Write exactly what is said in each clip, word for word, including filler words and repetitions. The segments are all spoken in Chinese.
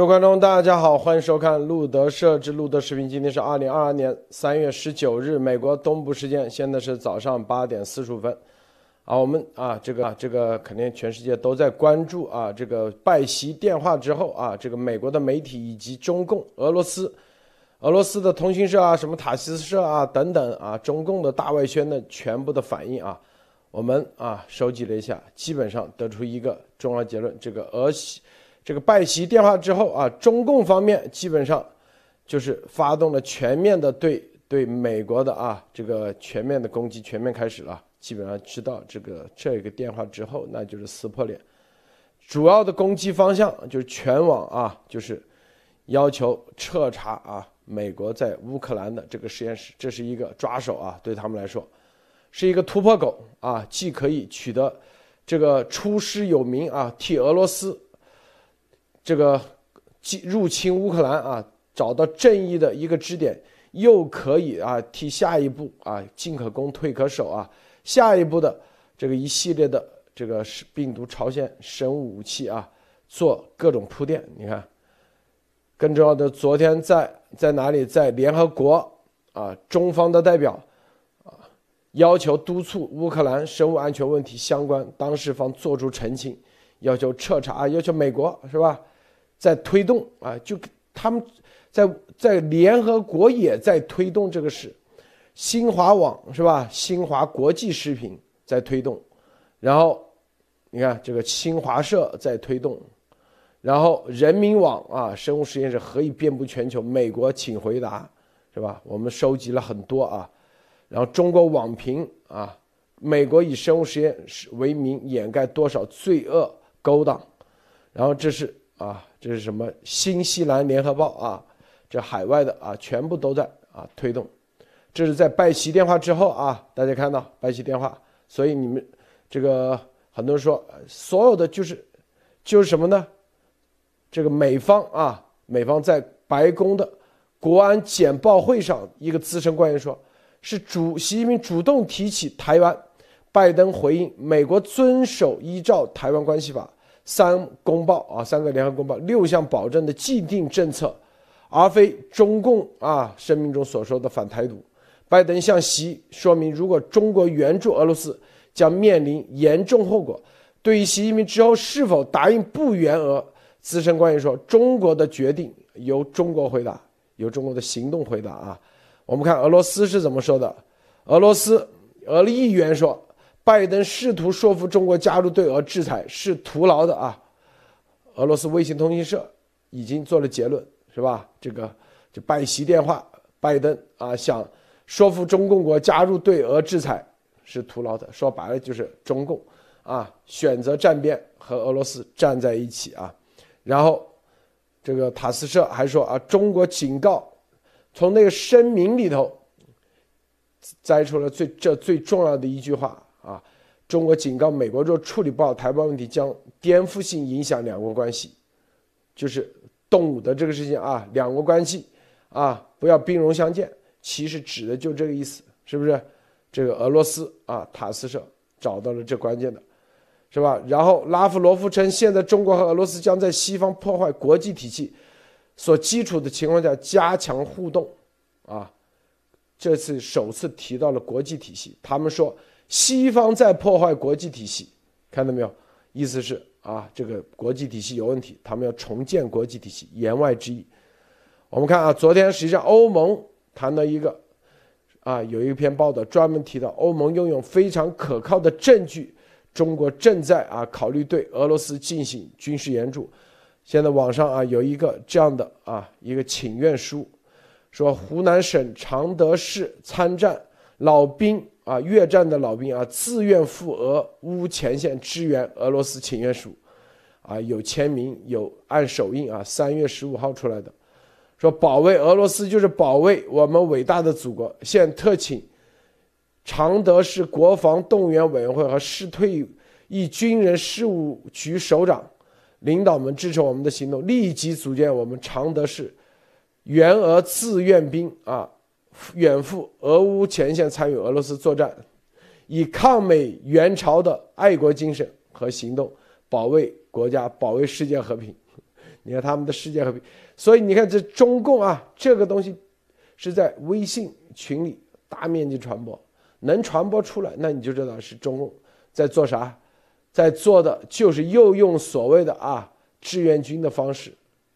各位观众，大家好，欢迎收看路德社之路德视频。今天是二零二二年三月十九日，美国东部时间，现在是早上八点四十五分。啊，我们啊，这个啊，这个肯定全世界都在关注啊，这个拜习电话之后啊，这个美国的媒体以及中共、俄罗斯、俄罗斯的通讯社啊，什么塔斯社啊等等啊，中共的大外宣的全部的反应啊，我们啊收集了一下，基本上得出一个重要结论：这个俄西。这个拜习电话之后啊，中共方面基本上就是发动了全面的对对美国的啊这个全面的攻击，全面开始了。基本上知道这个这个电话之后，那就是撕破脸。主要的攻击方向就是全网啊，就是要求彻查啊美国在乌克兰的这个实验室，这是一个抓手啊，对他们来说是一个突破口啊，既可以取得这个出师有名啊，替俄罗斯。这个入侵乌克兰啊，找到正义的一个支点，又可以啊替下一步啊进可攻退可守啊，下一步的这个一系列的这个病毒朝鲜生物武器啊做各种铺垫。你看，更重要的，昨天在在哪里？在联合国啊，中方的代表啊要求督促乌克兰生物安全问题相关当事方做出澄清，要求彻查啊，要求美国是吧？在推动啊，就他们在在联合国也在推动这个事，新华网是吧？新华国际视频在推动，然后你看这个新华社在推动，然后人民网啊，生物实验室何以遍布全球？美国请回答是吧？我们收集了很多啊，然后中国网评啊，美国以生物实验室为名掩盖多少罪恶勾当，然后这是。啊，这是什么？新西兰联合报啊，这海外的啊，全部都在啊推动。这是在拜习电话之后啊，大家看到拜习电话，所以你们这个很多人说，所有的就是就是什么呢？这个美方啊，美方在白宫的国安简报会上，一个资深官员说，是主习近平主动提起台湾，拜登回应美国遵守依照台湾关系法。三公报啊，三个联合公报，六项保证的既定政策，而非中共啊声明中所说的反台独。拜登向习说明，如果中国援助俄罗斯，将面临严重后果。对于习近平之后是否答应不援俄，资深官员说，中国的决定由中国回答，由中国的行动回答啊。我们看俄罗斯是怎么说的？俄罗斯俄议员说。拜登试图说服中国加入对俄制裁是徒劳的啊！俄罗斯卫星通讯社已经做了结论，是吧？这个就拜习电话，拜登啊想说服中共国加入对俄制裁是徒劳的，说白了就是中共啊选择站边和俄罗斯站在一起啊。然后这个塔斯社还说啊，中国警告，从那个声明里头摘出了最这最重要的一句话。啊，中国警告美国，若处理不好台湾问题，将颠覆性影响两国关系，就是动武的这个事情啊，两国关系啊，不要兵戎相见，其实指的就这个意思，是不是？这个俄罗斯啊，塔斯社找到了这关键的，是吧？然后拉夫罗夫称，现在中国和俄罗斯将在西方破坏国际体系所基础的情况下加强互动，啊，这次首次提到了国际体系，他们说。西方在破坏国际体系，看到没有？意思是啊，这个国际体系有问题，他们要重建国际体系，言外之意。我们看啊，昨天实际上欧盟谈到一个啊，有一篇报道专门提到欧盟拥有非常可靠的证据，中国正在啊考虑对俄罗斯进行军事援助。现在网上啊有一个这样的啊一个请愿书，说湖南省常德市参战老兵。啊，越战的老兵啊，自愿赴俄乌前线支援俄罗斯请愿书，啊，有签名，有按手印啊，三月十五号出来的，说保卫俄罗斯就是保卫我们伟大的祖国。现特请常德市国防动员委员会和市退役军人事务局首长领导们支持我们的行动，立即组建我们常德市援俄自愿兵啊。远赴俄乌前线参与俄罗斯作战，以抗美援朝的爱国精神和行动保卫国家、保卫世界和平。 你看他们的世界和平，所以你看这中共啊，这个东西是在微信群里大面积传播，能传播出来，那你就知道是中共在做啥，在做的就是又用所谓的啊志愿军的方式，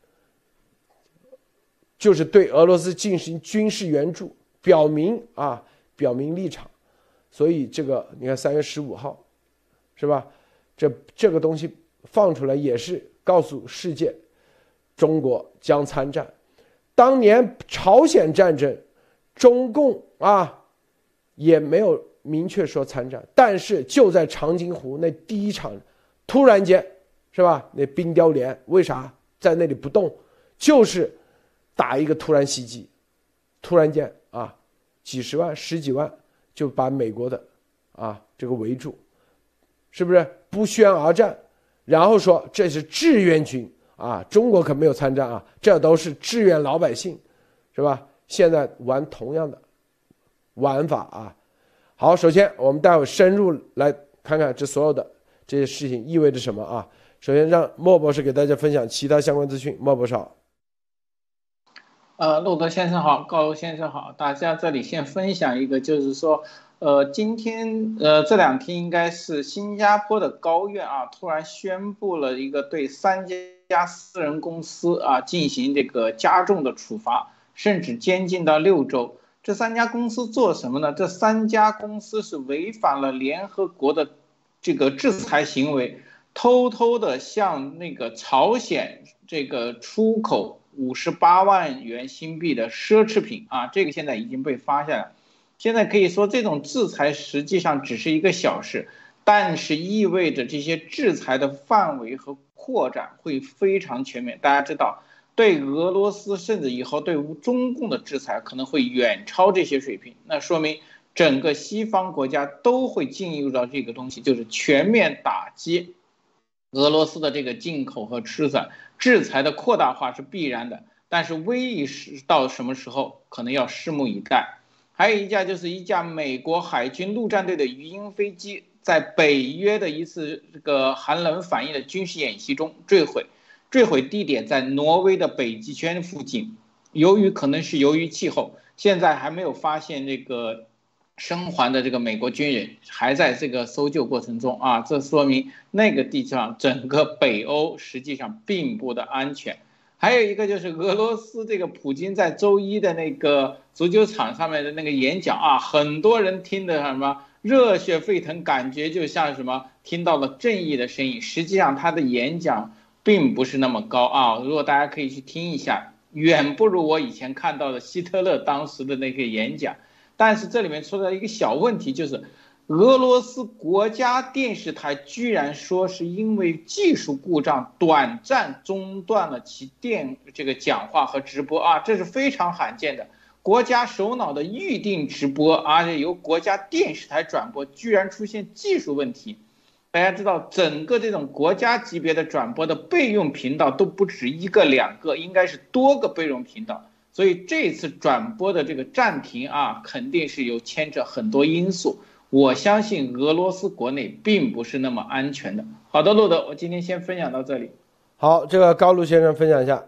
就是对俄罗斯进行军事援助，表明啊表明立场。所以这个你看三月十五号，是吧？这这个东西放出来也是告诉世界，中国将参战。当年朝鲜战争，中共啊也没有明确说参战，但是就在长津湖那第一场，突然间是吧？那冰雕连为啥在那里不动？就是打一个突然袭击，突然间啊，几十万、十几万就把美国的啊这个围住，是不是不宣而战？然后说这是志愿军啊，中国可没有参战啊，这都是志愿老百姓，是吧？现在玩同样的玩法啊。好，首先我们待会深入来看看这所有的这些事情意味着什么啊。首先让莫博士给大家分享其他相关资讯。莫博士好。 呃，路德先生好，高先生好，大家这里先分享一个，就是说，呃，今天呃这两天应该是新加坡的高院啊，突然宣布了一个对三家私人公司啊进行这个加重的处罚，甚至监禁到六周。这三家公司做什么呢？这三家公司是违反了联合国的这个制裁行为，偷偷的向那个朝鲜这个出口五十八万元新币的奢侈品啊，这个现在已经被发现了。现在可以说这种制裁实际上只是一个小事，但是意味着这些制裁的范围和扩展会非常全面。大家知道，对俄罗斯甚至以后对中共的制裁可能会远超这些水平，那说明整个西方国家都会进入到这个东西，就是全面打击俄罗斯的这个进口和出产，制裁的扩大化是必然的，但是威力是到什么时候，可能要拭目以待。还有一架就是一架美国海军陆战队的鱼鹰飞机，在北约的一次这个寒冷反应的军事演习中坠毁，坠毁地点在挪威的北极圈附近。由于可能是由于气候，现在还没有发现这个生还的这个美国军人，还在这个搜救过程中啊，这说明那个地方整个北欧实际上并不的安全。还有一个就是俄罗斯这个普京在周一的那个足球场上面的那个演讲啊，很多人听的什么热血沸腾，感觉就像什么听到了正义的声音。实际上他的演讲并不是那么高啊，如果大家可以去听一下，远不如我以前看到的希特勒当时的那个演讲。但是这里面出了一个小问题，就是俄罗斯国家电视台居然说是因为技术故障短暂中断了其电这个讲话和直播啊，这是非常罕见的。国家首脑的预定直播，而且由国家电视台转播，居然出现技术问题。大家知道，整个这种国家级别的转播的备用频道都不止一个两个，应该是多个备用频道。所以这次转播的这个暂停啊，肯定是有牵扯很多因素。我相信俄罗斯国内并不是那么安全的。好的，路德，我今天先分享到这里。 好，这个高路先生分享一下。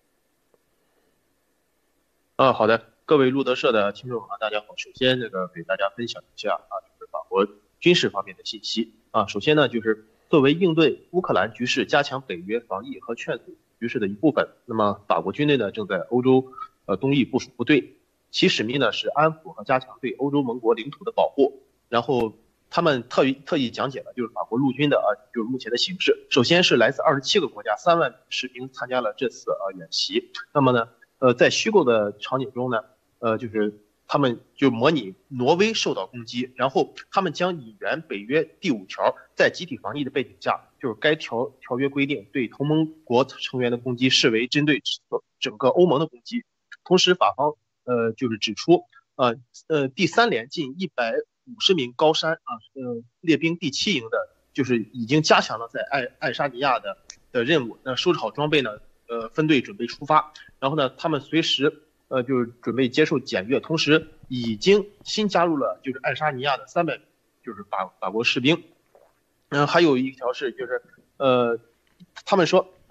啊，好的，各位路德社的听众啊，大家好。首先，这个给大家分享一下啊，就是法国军事方面的信息啊。首先呢，就是作为应对乌克兰局势、加强北约防疫和劝阻局势的一部分，那么法国军队呢正在欧洲呃东翼部署部队，其使命呢是安抚和加强对欧洲盟国领土的保护。然后他们特意特意讲解了就是法国陆军的啊，就是目前的形势。首先是来自二十七个国家三万士兵参加了这次啊演习。那么呢，呃，在虚构的场景中呢，呃，就是他们就模拟挪威受到攻击，然后他们将引援北约第五条，在集体防疫的背景下，就是该条条约规定对同盟国成员的攻击视为针对整个欧盟的攻击。同时，法方呃就是指出，呃呃第三连近一百五十名高山啊，呃列兵第七营的，就是已经加强了在爱爱沙尼亚的的任务。那收拾好装备呢，呃分队准备出发。然后呢，他们随时呃就是准备接受检阅，同时已经新加入了就是爱沙尼亚的三百就是法法国士兵。嗯、呃，还有一条是就是呃他们说呃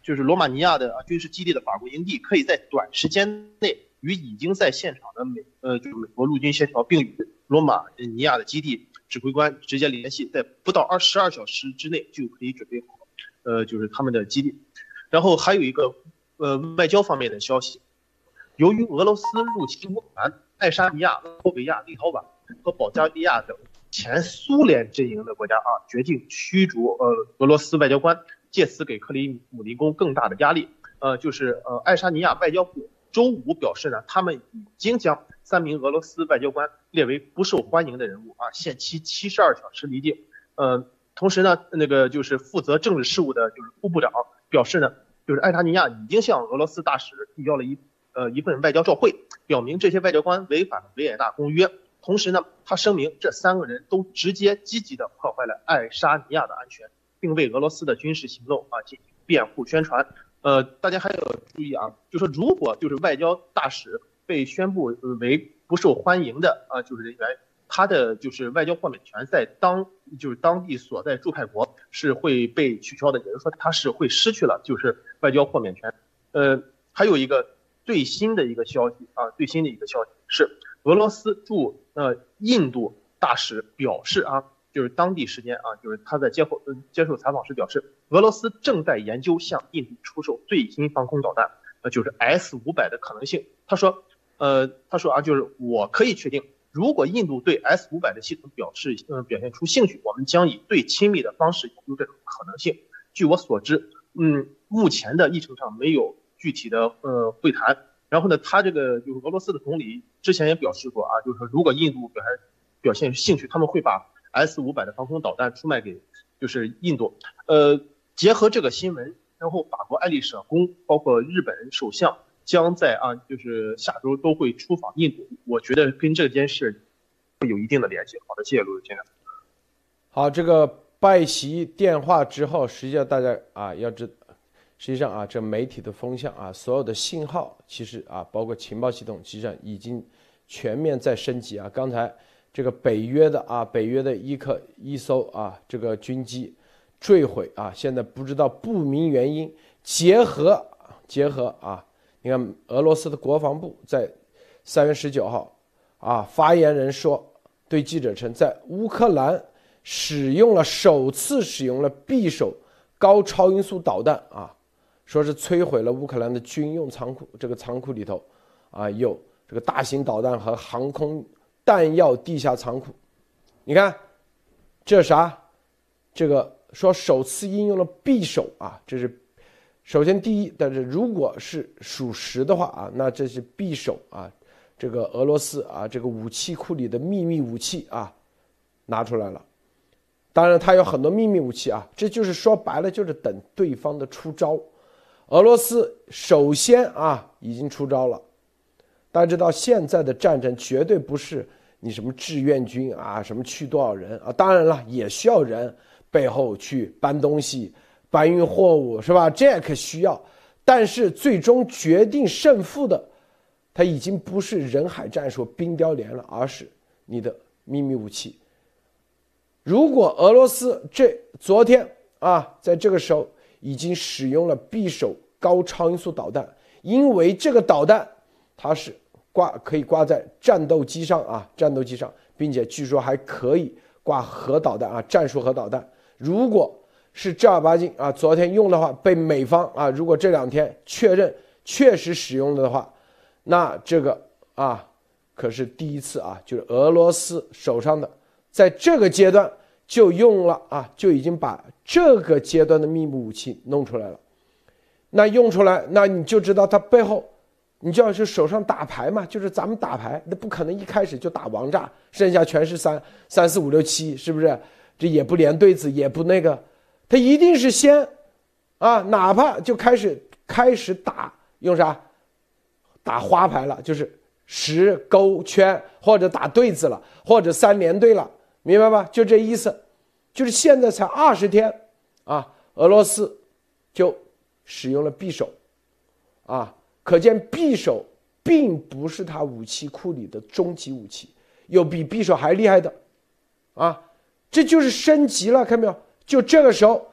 就是罗马尼亚的啊军事基地的法国营地，可以在短时间内与已经在现场的美呃就是美国陆军协调，并与罗马尼亚的基地指挥官直接联系，在不到二十二小时之内就可以准备好，呃就是他们的基地。然后还有一个呃外交方面的消息，由于俄罗斯入侵乌克兰，爱沙尼亚、拉脱维亚、立陶宛和保加利亚等前苏联阵营的国家啊，决定驱逐呃俄罗斯外交官，借此给克里姆林宫更大的压力。呃，就是呃爱沙尼亚外交部周五表示呢，他们已经将三名俄罗斯外交官列为不受欢迎的人物啊，限期七十二小时离境。呃，同时呢，那个就是负责政治事务的就是副部长表示呢，就是爱沙尼亚已经向俄罗斯大使递交了一呃一份外交照会，表明这些外交官违反了维也纳公约。同时呢，他声明这三个人都直接积极的破坏了爱沙尼亚的安全，并为俄罗斯的军事行动啊进行辩护宣传。呃，大家还要注意啊，就说如果就是外交大使被宣布为不受欢迎的啊，就是人员，他的就是外交豁免权在当就是当地所在驻派国是会被取消的，也就是说他是会失去了就是外交豁免权。呃，还有一个最新的一个消息啊，最新的一个消息是俄罗斯驻呃印度大使表示啊。就是当地时间啊，就是他在接受接受采访时表示，俄罗斯正在研究向印度出售最新防空导弹，呃，就是 S 五百 的可能性。他说，呃，他说啊，就是我可以确定，如果印度对 S 五百 的系统表示呃表现出兴趣，我们将以最亲密的方式研究这种可能性。据我所知，嗯，目前的议程上没有具体的呃会谈。然后呢，他这个就是俄罗斯的总理之前也表示过啊，就是说如果印度表现表现兴趣，他们会把S 五百 的防空导弹出卖给就是印度。呃，结合这个新闻，然后法国爱丽舍宫包括日本首相将在啊就是下周都会出访印度，我觉得跟这件事会有一定的联系。好的，谢谢陆先生。 好，这个拜习电话之后，实际上大家啊要知，实际上啊这媒体的风向啊，所有的信号其实啊包括情报系统，实际上已经全面在升级啊。刚才这个北约的啊，北约的一颗一艘啊，这个军机坠毁啊，现在不知道不明原因。结合结合啊，你看俄罗斯的国防部在三月十九号啊，发言人说，对记者称，在乌克兰使用了首次使用了匕首高超音速导弹啊，说是摧毁了乌克兰的军用仓库，这个仓库里头啊有这个大型导弹和航空弹药地下仓库。你看这啥，这个说首次应用了匕首啊，这是首先第一，但是如果是属实的话啊，那这是匕首啊，这个俄罗斯啊这个武器库里的秘密武器啊拿出来了。当然它有很多秘密武器啊，这就是说白了就是等对方的出招。俄罗斯首先啊已经出招了，大家知道现在的战争绝对不是你什么志愿军啊，什么去多少人啊，当然了也需要人背后去搬东西搬运货物是吧，这可需要，但是最终决定胜负的它已经不是人海战术冰雕连了，而是你的秘密武器。如果俄罗斯这昨天啊在这个时候已经使用了匕首高超音速导弹，因为这个导弹它是挂可以挂在战斗机上啊，战斗机上，并且据说还可以挂核导弹啊，战术核导弹。如果是正儿八经啊，昨天用的话，被美方啊，如果这两天确认确实使用了的话，那这个啊可是第一次啊，就是俄罗斯手上的在这个阶段就用了啊，就已经把这个阶段的秘密武器弄出来了。那用出来，那你就知道它背后。你就要是手上打牌嘛，就是咱们打牌，那不可能一开始就打王炸，剩下全是三三四五六七，是不是？这也不连对子，也不那个，他一定是先啊，哪怕就开始开始打，用啥？打花牌了，就是十勾圈，或者打对子了，或者三连对了，明白吧？就这意思。就是现在才二十天啊，俄罗斯就使用了匕首啊。可见匕首并不是他武器库里的终极武器，有比匕首还厉害的啊！这就是升级了，看到没有？就这个时候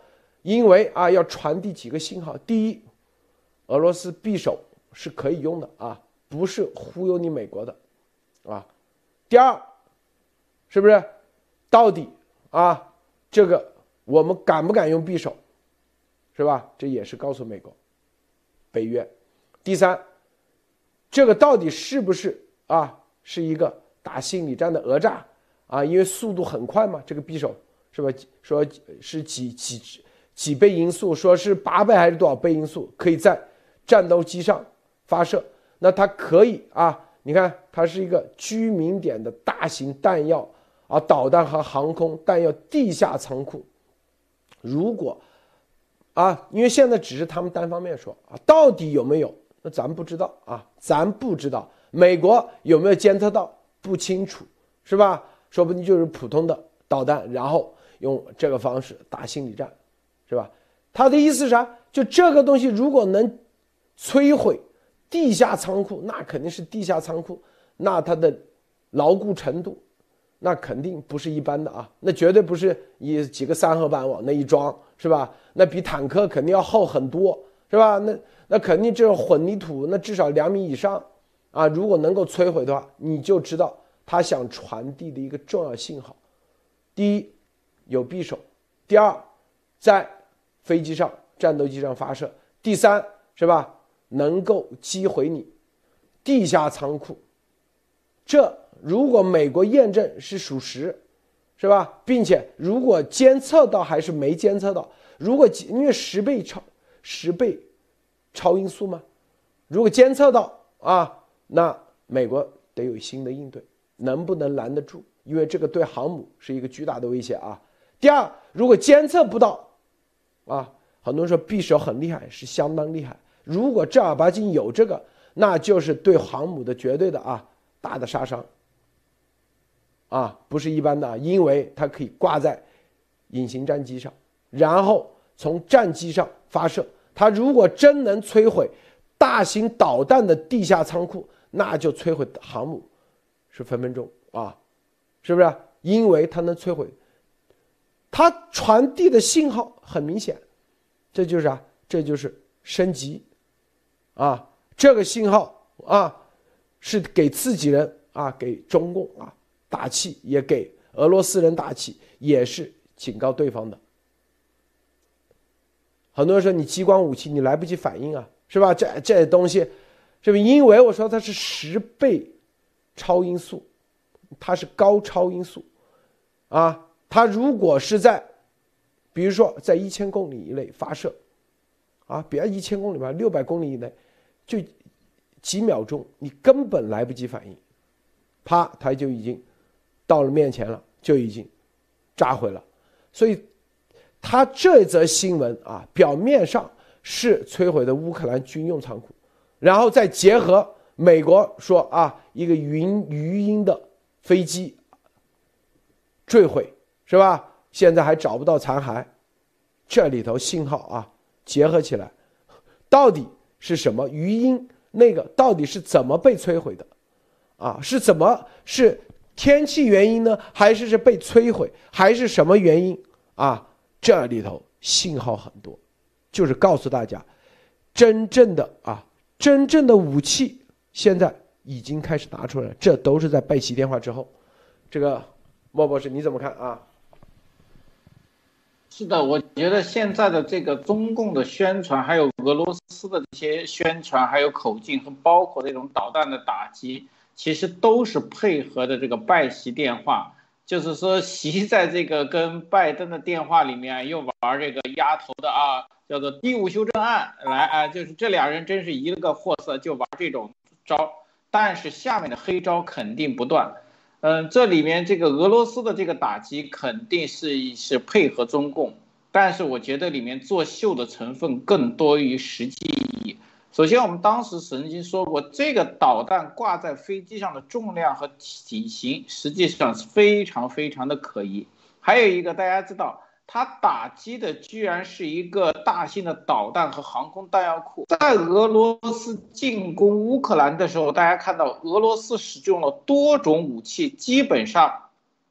因为啊要传递几个信号：第一，俄罗斯匕首是可以用的啊，不是忽悠你美国的啊；第二，是不是到底啊这个我们敢不敢用匕首，是吧？这也是告诉美国、北约。第三，这个到底是不是啊是一个打心理战的讹诈啊？因为速度很快嘛，这个匕首是吧？说是几几几倍音速，说是八倍还是多少倍音速，可以在战斗机上发射。那它可以啊，你看它是一个居民点的大型弹药啊，导弹和航空弹药地下仓库。如果啊，因为现在只是他们单方面说啊，到底有没有？那咱不知道啊，咱不知道美国有没有监测到，不清楚，是吧？说不定就是普通的导弹，然后用这个方式打心理战，是吧？他的意思是啥？就这个东西如果能摧毁地下仓库，那肯定是地下仓库，那它的牢固程度，那肯定不是一般的啊，那绝对不是以几个三合板往那一装，是吧？那比坦克肯定要厚很多，是吧？那那肯定这种混凝土，那至少两米以上啊！如果能够摧毁的话，你就知道他想传递的一个重要信号：第一，有匕首；第二，在飞机上、战斗机上发射；第三，是吧？能够击毁你地下仓库。这如果美国验证是属实，是吧？并且如果监测到还是没监测到，如果因为十倍超十倍。超音速吗？如果监测到啊，那美国得有新的应对，能不能拦得住？因为这个对航母是一个巨大的威胁啊。第二，如果监测不到啊，很多人说匕首很厉害，是相当厉害。如果正儿八经有这个，那就是对航母的绝对的啊大的杀伤啊，不是一般的，因为它可以挂在隐形战机上，然后从战机上发射。它如果真能摧毁大型导弹的地下仓库，那就摧毁航母是分分钟啊，是不是？因为它能摧毁，它传递的信号很明显，这就是啊，这就是升级啊，这个信号啊是给自己人啊，给中共啊打气，也给俄罗斯人打气，也是警告对方的。很多人说你激光武器你来不及反应啊，是吧？这这东西，是不是？因为我说它是十倍超音速，它是高超音速啊。它如果是在，比如说在一千公里以内发射，啊，别一千公里吧，六百公里以内，就几秒钟，你根本来不及反应，啪，它就已经到了面前了，就已经炸毁了。所以。他这则新闻啊，表面上是摧毁的乌克兰军用仓库，然后再结合美国说啊，一个云鱼鹰的飞机坠毁，是吧？现在还找不到残骸，这里头信号啊结合起来，到底是什么？鱼鹰那个到底是怎么被摧毁的？啊，是怎么是天气原因呢？还是是被摧毁？还是什么原因啊？这里头信号很多，就是告诉大家，真正的啊，真正的武器现在已经开始拿出来了，这都是在拜习电话之后。这个莫博士你怎么看啊？ 是的，我觉得现在的这个中共的宣传，还有俄罗斯的这些宣传，还有口径，和包括这种导弹的打击，其实都是配合的这个拜习电话。就是说，习在这个跟拜登的电话里面又玩这个压头的啊，叫做第五修正案来啊，就是这俩人真是一个货色，就玩这种招。但是下面的黑招肯定不断。嗯，这里面这个俄罗斯的这个打击肯定是是配合中共，但是我觉得里面作秀的成分更多于实际意义。首先，我们当时曾经说过，这个导弹挂在飞机上的重量和体型实际上是非常非常的可疑。还有一个，大家知道，它打击的居然是一个大型的导弹和航空弹药库。在俄罗斯进攻乌克兰的时候，大家看到俄罗斯使用了多种武器，基本上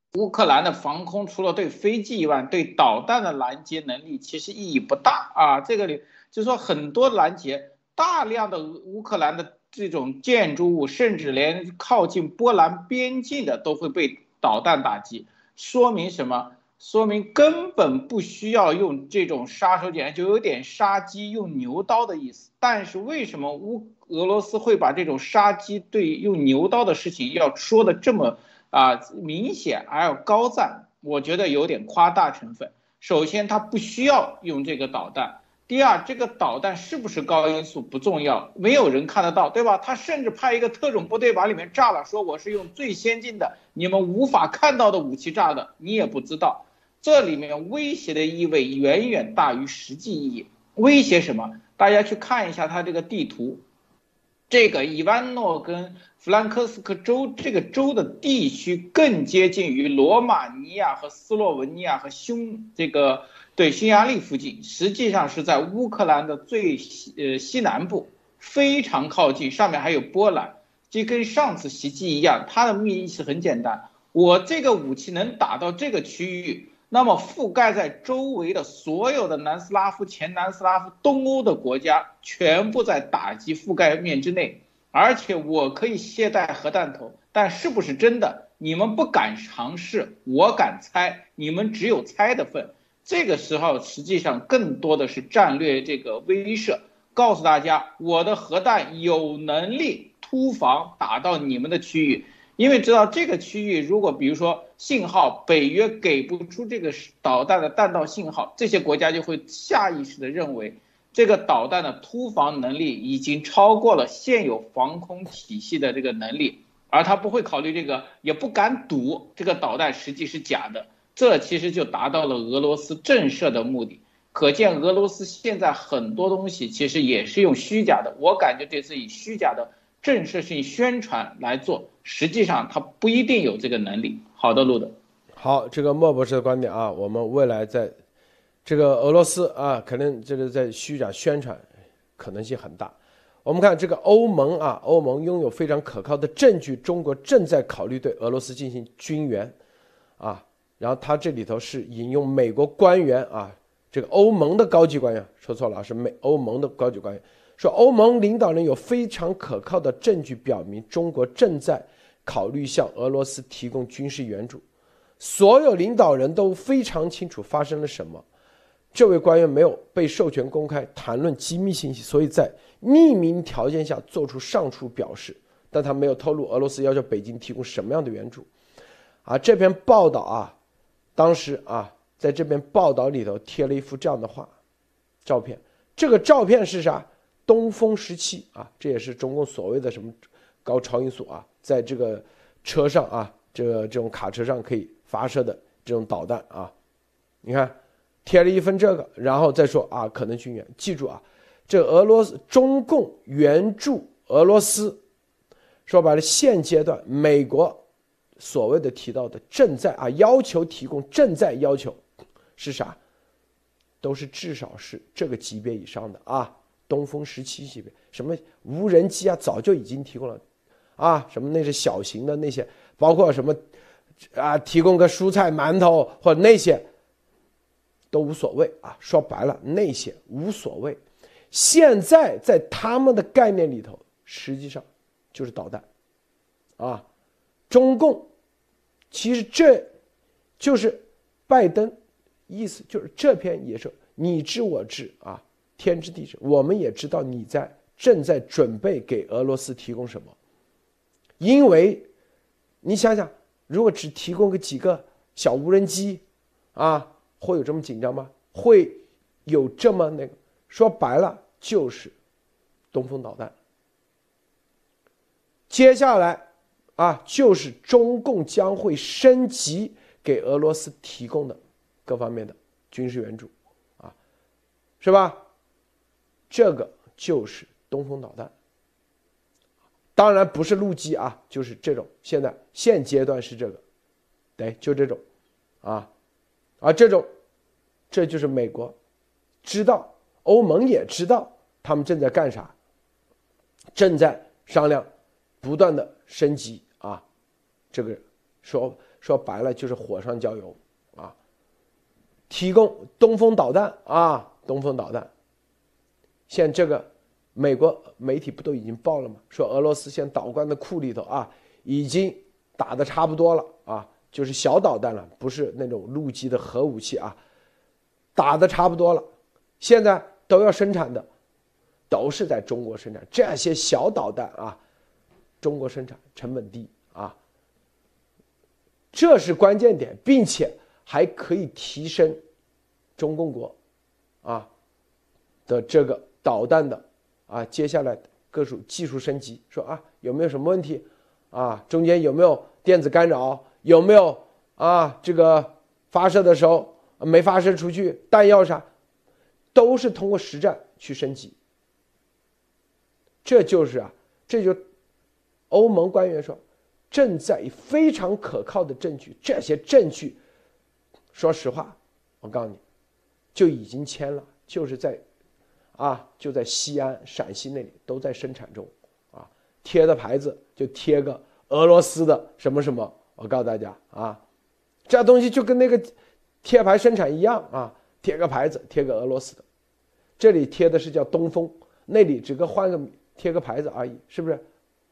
乌克兰的防空除了对飞机以外，对导弹的拦截能力其实意义不大啊。这个里就是说很多拦截，大量的乌克兰的这种建筑物，甚至连靠近波兰边境的都会被导弹打击，说明什么？说明根本不需要用这种杀手锏，就有点杀鸡用牛刀的意思。但是为什么乌俄罗斯会把这种杀鸡对用牛刀的事情要说的这么啊明显而要高赞？我觉得有点夸大成分。首先，它不需要用这个导弹。第二，这个导弹是不是高音速不重要，没有人看得到，对吧？他甚至派一个特种部队把里面炸了，说我是用最先进的、你们无法看到的武器炸的，你也不知道。这里面威胁的意味远远大于实际意义。威胁什么？大家去看一下它这个地图，这个伊万诺跟弗兰克斯克州这个州的地区更接近于罗马尼亚和斯洛文尼亚和匈这个对匈牙利附近，实际上是在乌克兰的最西呃西南部，非常靠近，上面还有波兰。就跟上次袭击一样，它的目的是很简单，我这个武器能打到这个区域，那么覆盖在周围的所有的南斯拉夫、前南斯拉夫、东欧的国家全部在打击覆盖面之内，而且我可以携带核弹头，但是不是真的，你们不敢尝试，我敢猜，你们只有猜的份。这个时候实际上更多的是战略这个威慑，告诉大家我的核弹有能力突防打到你们的区域。因为知道这个区域，如果比如说信号北约给不出这个导弹的弹道信号，这些国家就会下意识的认为这个导弹的突防能力已经超过了现有防空体系的这个能力，而他不会考虑这个，也不敢赌这个导弹实际是假的。这其实就达到了俄罗斯震慑的目的。可见俄罗斯现在很多东西其实也是用虚假的，我感觉这是以虚假的震慑性宣传来做，实际上他不一定有这个能力。好的，路德。 好，这个莫博士的观点啊，我们未来在这个俄罗斯啊，可能这个在虚假宣传可能性很大。我们看这个欧盟啊，欧盟拥有非常可靠的证据，中国正在考虑对俄罗斯进行军援啊。然后他这里头是引用美国官员啊，这个欧盟的高级官员说错了，是美欧盟的高级官员说，欧盟领导人有非常可靠的证据表明，中国正在考虑向俄罗斯提供军事援助。所有领导人都非常清楚发生了什么。这位官员没有被授权公开谈论机密信息，所以在匿名条件下做出上述表示，但他没有透露俄罗斯要求北京提供什么样的援助。啊，这篇报道啊，当时啊，在这篇报道里头贴了一幅这样的画照片。这个照片是啥？东风十七啊，这也是中共所谓的什么高超音速啊，在这个车上啊，这个这种卡车上可以发射的这种导弹啊。你看贴了一份这个，然后再说啊，可能军援。记住啊，这俄罗斯中共援助俄罗斯，说白了，现阶段美国所谓的提到的正在啊要求提供，正在要求是啥？都是至少是这个级别以上的啊，东风十七级别，什么无人机啊，早就已经提供了啊，什么那是小型的那些，包括什么啊，提供个蔬菜馒头或者那些都无所谓啊。说白了，那些无所谓。现在在他们的概念里头，实际上就是导弹啊。中共其实这就是拜登意思，就是这篇也是你知我知啊，天知地知，我们也知道你在正在准备给俄罗斯提供什么。因为你想想，如果只提供个几个小无人机啊，会有这么紧张吗？会有这么那个？说白了就是东风导弹。接下来啊，就是中共将会升级给俄罗斯提供的各方面的军事援助啊，是吧？这个就是东风导弹。当然不是陆基啊，就是这种，现在现阶段是这个，对，就这种啊，而这种这就是美国知道，欧盟也知道他们正在干啥，正在商量不断的升级啊，这个说说白了就是火上浇油啊，提供东风导弹啊，东风导弹。现这个美国媒体不都已经报了吗？说俄罗斯现导弹的库里头啊，已经打得差不多了啊，就是小导弹了，不是那种陆基的核武器啊，打得差不多了，现在都要生产的，都是在中国生产。这些小导弹啊，中国生产，成本低啊，这是关键点，并且还可以提升中共国啊的这个导弹的啊接下来各种技术升级，说啊有没有什么问题啊，中间有没有电子干扰，有没有啊这个发射的时候没发射出去，弹药啥都是通过实战去升级。这就是啊，这就欧盟官员说，正在以非常可靠的证据，这些证据，说实话，我告诉你，就已经签了，就是在，啊，就在西安、陕西那里都在生产中，啊，贴的牌子就贴个俄罗斯的什么什么，我告诉大家啊，这东西就跟那个贴牌生产一样啊，贴个牌子，贴个俄罗斯的，这里贴的是叫东风，那里只个换个贴个牌子而已，是不是？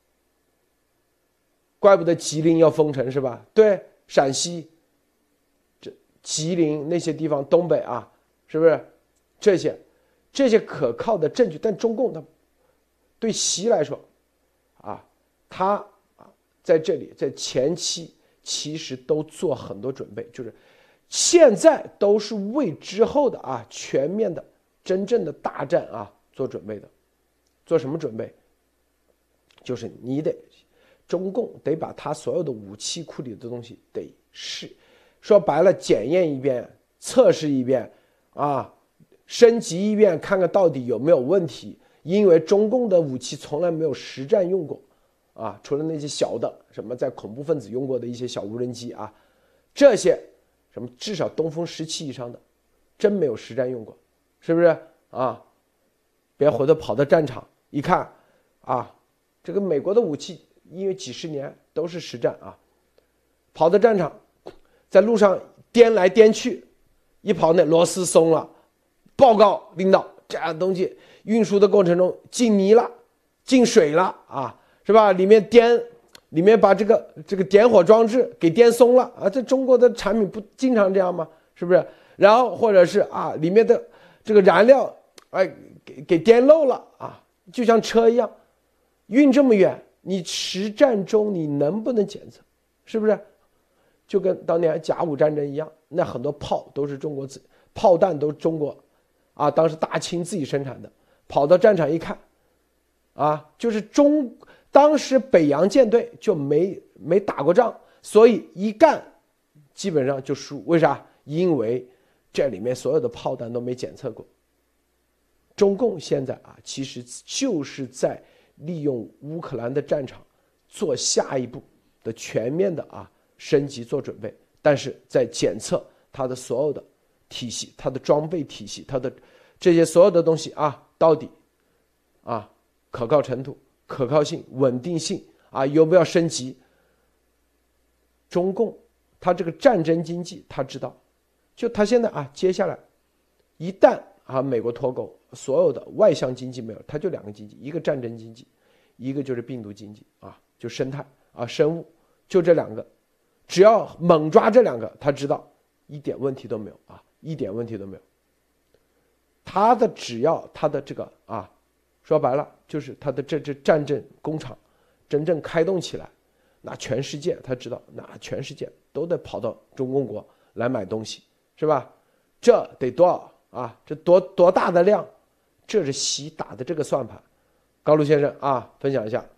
怪不得吉林要封城是吧？对，陕西、这吉林那些地方，东北啊，是不是？这些这些可靠的证据，但中共他对习来说，啊，他啊在这里在前期其实都做很多准备，就是现在都是为之后的啊全面的真正的大战啊做准备的。做什么准备？就是你得。中共得把他所有的武器库里的东西得试，说白了检验一遍，测试一遍，啊，升级一遍，看看到底有没有问题。因为中共的武器从来没有实战用过，啊，除了那些小的，什么在恐怖分子用过的一些小无人机啊，这些什么至少东风十七以上的，真没有实战用过，是不是啊？别回头跑到战场一看，啊，这个美国的武器。因为几十年都是实战啊，跑到战场，在路上颠来颠去，一跑那螺丝松了，报告领导，这样的东西运输的过程中进泥了，进水了啊，是吧？里面颠，里面把这个这个点火装置给颠松了啊，这中国的产品不经常这样吗？是不是？然后或者是啊，里面的这个燃料哎给给颠漏了啊，就像车一样，运这么远。你实战中你能不能检测，是不是？就跟当年甲午战争一样，那很多炮都是中国自炮弹都是中国，啊，当时大清自己生产的，跑到战场一看，啊，就是中当时北洋舰队就没没打过仗，所以一干基本上就输。为啥？因为这里面所有的炮弹都没检测过。中共现在啊，其实就是在。利用乌克兰的战场做下一步的全面的啊升级做准备，但是在检测它的所有的体系、它的装备体系、它的这些所有的东西啊，到底啊可靠程度、可靠性、稳定性啊有没有升级？中共它这个战争经济，他知道，就他现在啊，接下来一旦啊美国脱钩。所有的外向经济没有，它就两个经济，一个战争经济，一个就是病毒经济啊，就生态啊生物，就这两个，只要猛抓这两个，他知道一点问题都没有啊，一点问题都没有。他的只要他的这个啊，说白了就是他的这这战争工厂真正开动起来，那全世界他知道，那全世界都得跑到中共国来买东西，是吧？这得多少啊？这多多大的量？这是习打的这个算盘，高卢先生啊，分享一下。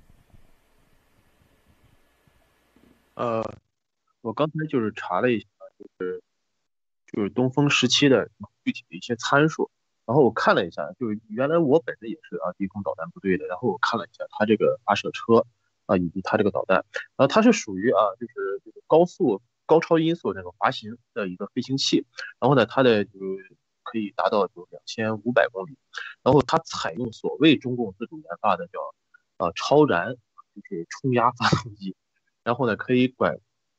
呃，我刚才就是查了一下，就是就是东风十七的具体的一些参数，然后我看了一下，就是原来我本身也是啊低空导弹部队的，然后我看了一下它这个发射车啊以及它这个导弹，然后它是属于啊就是这个高速高超音速那种滑行的一个飞行器，然后呢它的就可以达到就两千五百公里，然后它采用所谓中共自主研发的叫啊超燃就是冲压发动机，然后呢可以管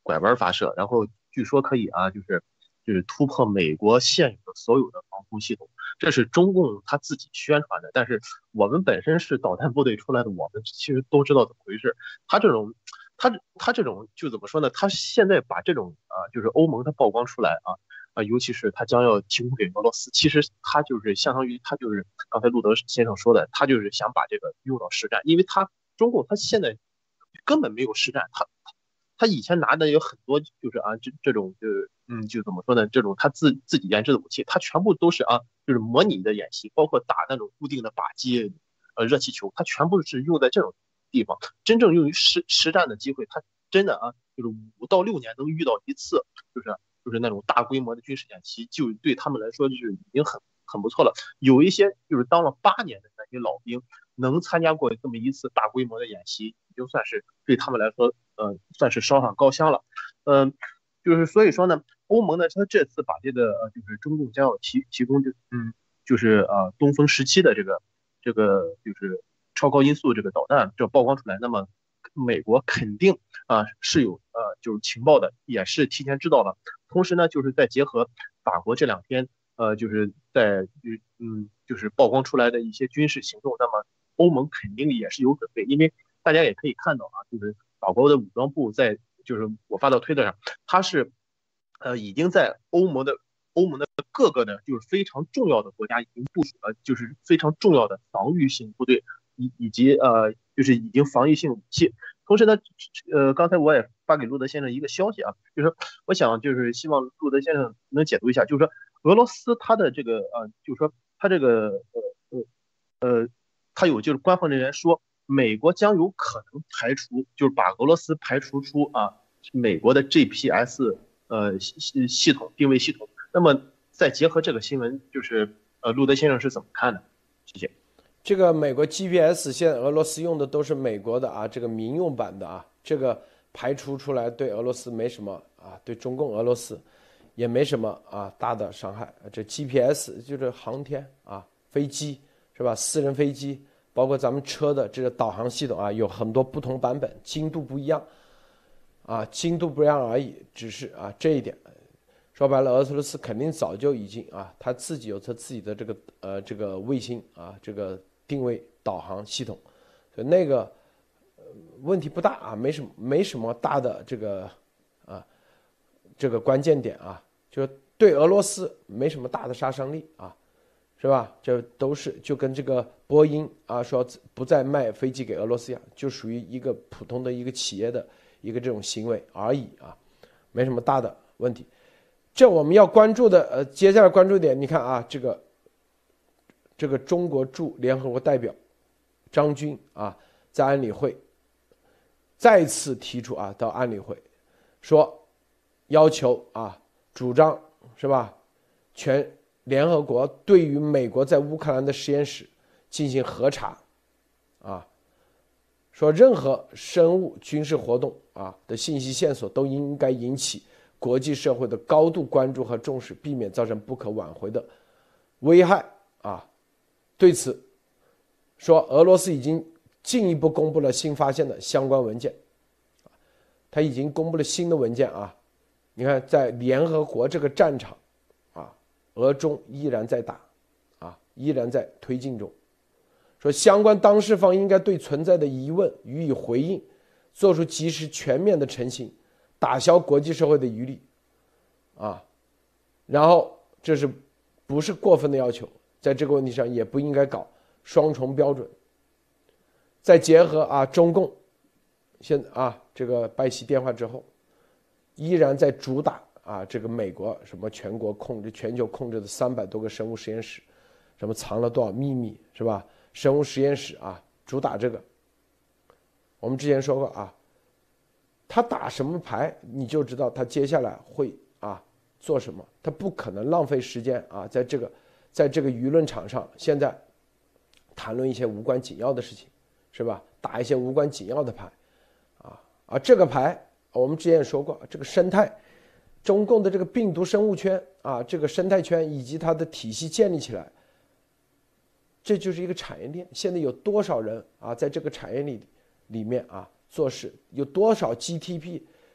拐弯发射，然后据说可以啊，就是就是突破美国现有的所有的防空系统，这是中共他自己宣传的。但是我们本身是导弹部队出来的，我们其实都知道怎么回事。他这种，他他这种就怎么说呢？他现在把这种啊，就是欧盟他曝光出来啊啊，尤其是他将要提供给俄罗斯，其实他就是相当于他就是刚才路德先生说的，他就是想把这个用到实战，因为他中共他现在根本没有实战，他。他以前拿的有很多，就是啊，这这种就是嗯，就怎么说呢？这种他自自己研制的武器，他全部都是啊，就是模拟的演习，包括打那种固定的靶机、呃热气球，它全部是用在这种地方。真正用于实实战的机会，它真的啊，就是五到六年能遇到一次，就是就是那种大规模的军事演习，就对他们来说就是已经很很不错了。有一些就是当了八年的那些老兵，能参加过这么一次大规模的演习，已经算是对他们来说。呃，算是烧上高香了，嗯、呃，就是所以说呢，欧盟呢，它这次把这个呃，就是中共将要提提供就嗯，就是呃东风十七的这个这个就是超高音速这个导弹这曝光出来，那么美国肯定啊、呃、是有呃就是情报的，也是提前知道了，同时呢，就是再结合法国这两天呃就是在嗯就是曝光出来的一些军事行动，那么欧盟肯定也是有准备，因为大家也可以看到啊，就是。法国的武装部在，就是我发到推特上，他是，呃，已经在欧盟的欧盟的各个的，就是非常重要的国家已经部署了，就是非常重要的防御性部队，以以及呃，就是已经防御性武器。同时呢，呃，刚才我也发给路德先生一个消息啊，就是我想就是希望路德先生能解读一下，就是说俄罗斯它的这个呃，就是说它这个呃呃呃，它有就是官方人员说。美国将有可能排除，就是把俄罗斯排除出啊美国的 G P S 呃系系统定位系统。那么再结合这个新闻，就是呃路德先生是怎么看的？谢谢。 这个美国 G P S 现在俄罗斯用的都是美国的啊，这个民用版的啊，这个排除出来对俄罗斯没什么啊，对中共俄罗斯也没什么啊大的伤害。这 G P S 就是航天啊，飞机是吧？私人飞机。包括咱们车的这个导航系统啊，有很多不同版本，精度不一样，啊，精度不一样而已。只是啊这一点，说白了，俄罗斯肯定早就已经啊，他自己有他自己的这个呃这个卫星啊，这个定位导航系统，所以那个、呃、问题不大啊，没什么没什么大的这个啊这个关键点啊，就对俄罗斯没什么大的杀伤力啊。是吧？这都是就跟这个波音啊说不再卖飞机给俄罗斯一样，就属于一个普通的一个企业的一个这种行为而已啊，没什么大的问题。这我们要关注的呃，接下来关注点，你看啊，这个这个中国驻联合国代表张军啊，在安理会再次提出啊，到安理会说要求啊，主张是吧？全。联合国对于美国在乌克兰的实验室进行核查，啊，说任何生物军事活动啊的信息线索都应该引起国际社会的高度关注和重视，避免造成不可挽回的危害啊。对此，说俄罗斯已经进一步公布了新发现的相关文件，他已经公布了新的文件啊。你看，在联合国这个战场。俄中依然在打，啊，依然在推进中。说相关当事方应该对存在的疑问予以回应，做出及时全面的澄清，打消国际社会的疑虑，啊，然后这是不是过分的要求？在这个问题上也不应该搞双重标准。再结合啊，中共现啊这个拜习电话之后，依然在主打。啊，这个美国什么全国控制、全球控制的三百多个生物实验室，什么藏了多少秘密是吧？生物实验室啊，主打这个。我们之前说过啊，他打什么牌，你就知道他接下来会啊做什么。他不可能浪费时间啊，在这个在这个舆论场上，现在谈论一些无关紧要的事情，是吧？打一些无关紧要的牌，啊啊，这个牌我们之前也说过，这个生态。中共的这个病毒生物圈啊，这个生态圈以及它的体系建立起来，这就是一个产业链。现在有多少人啊，在这个产业里里面啊做事？有多少 G T P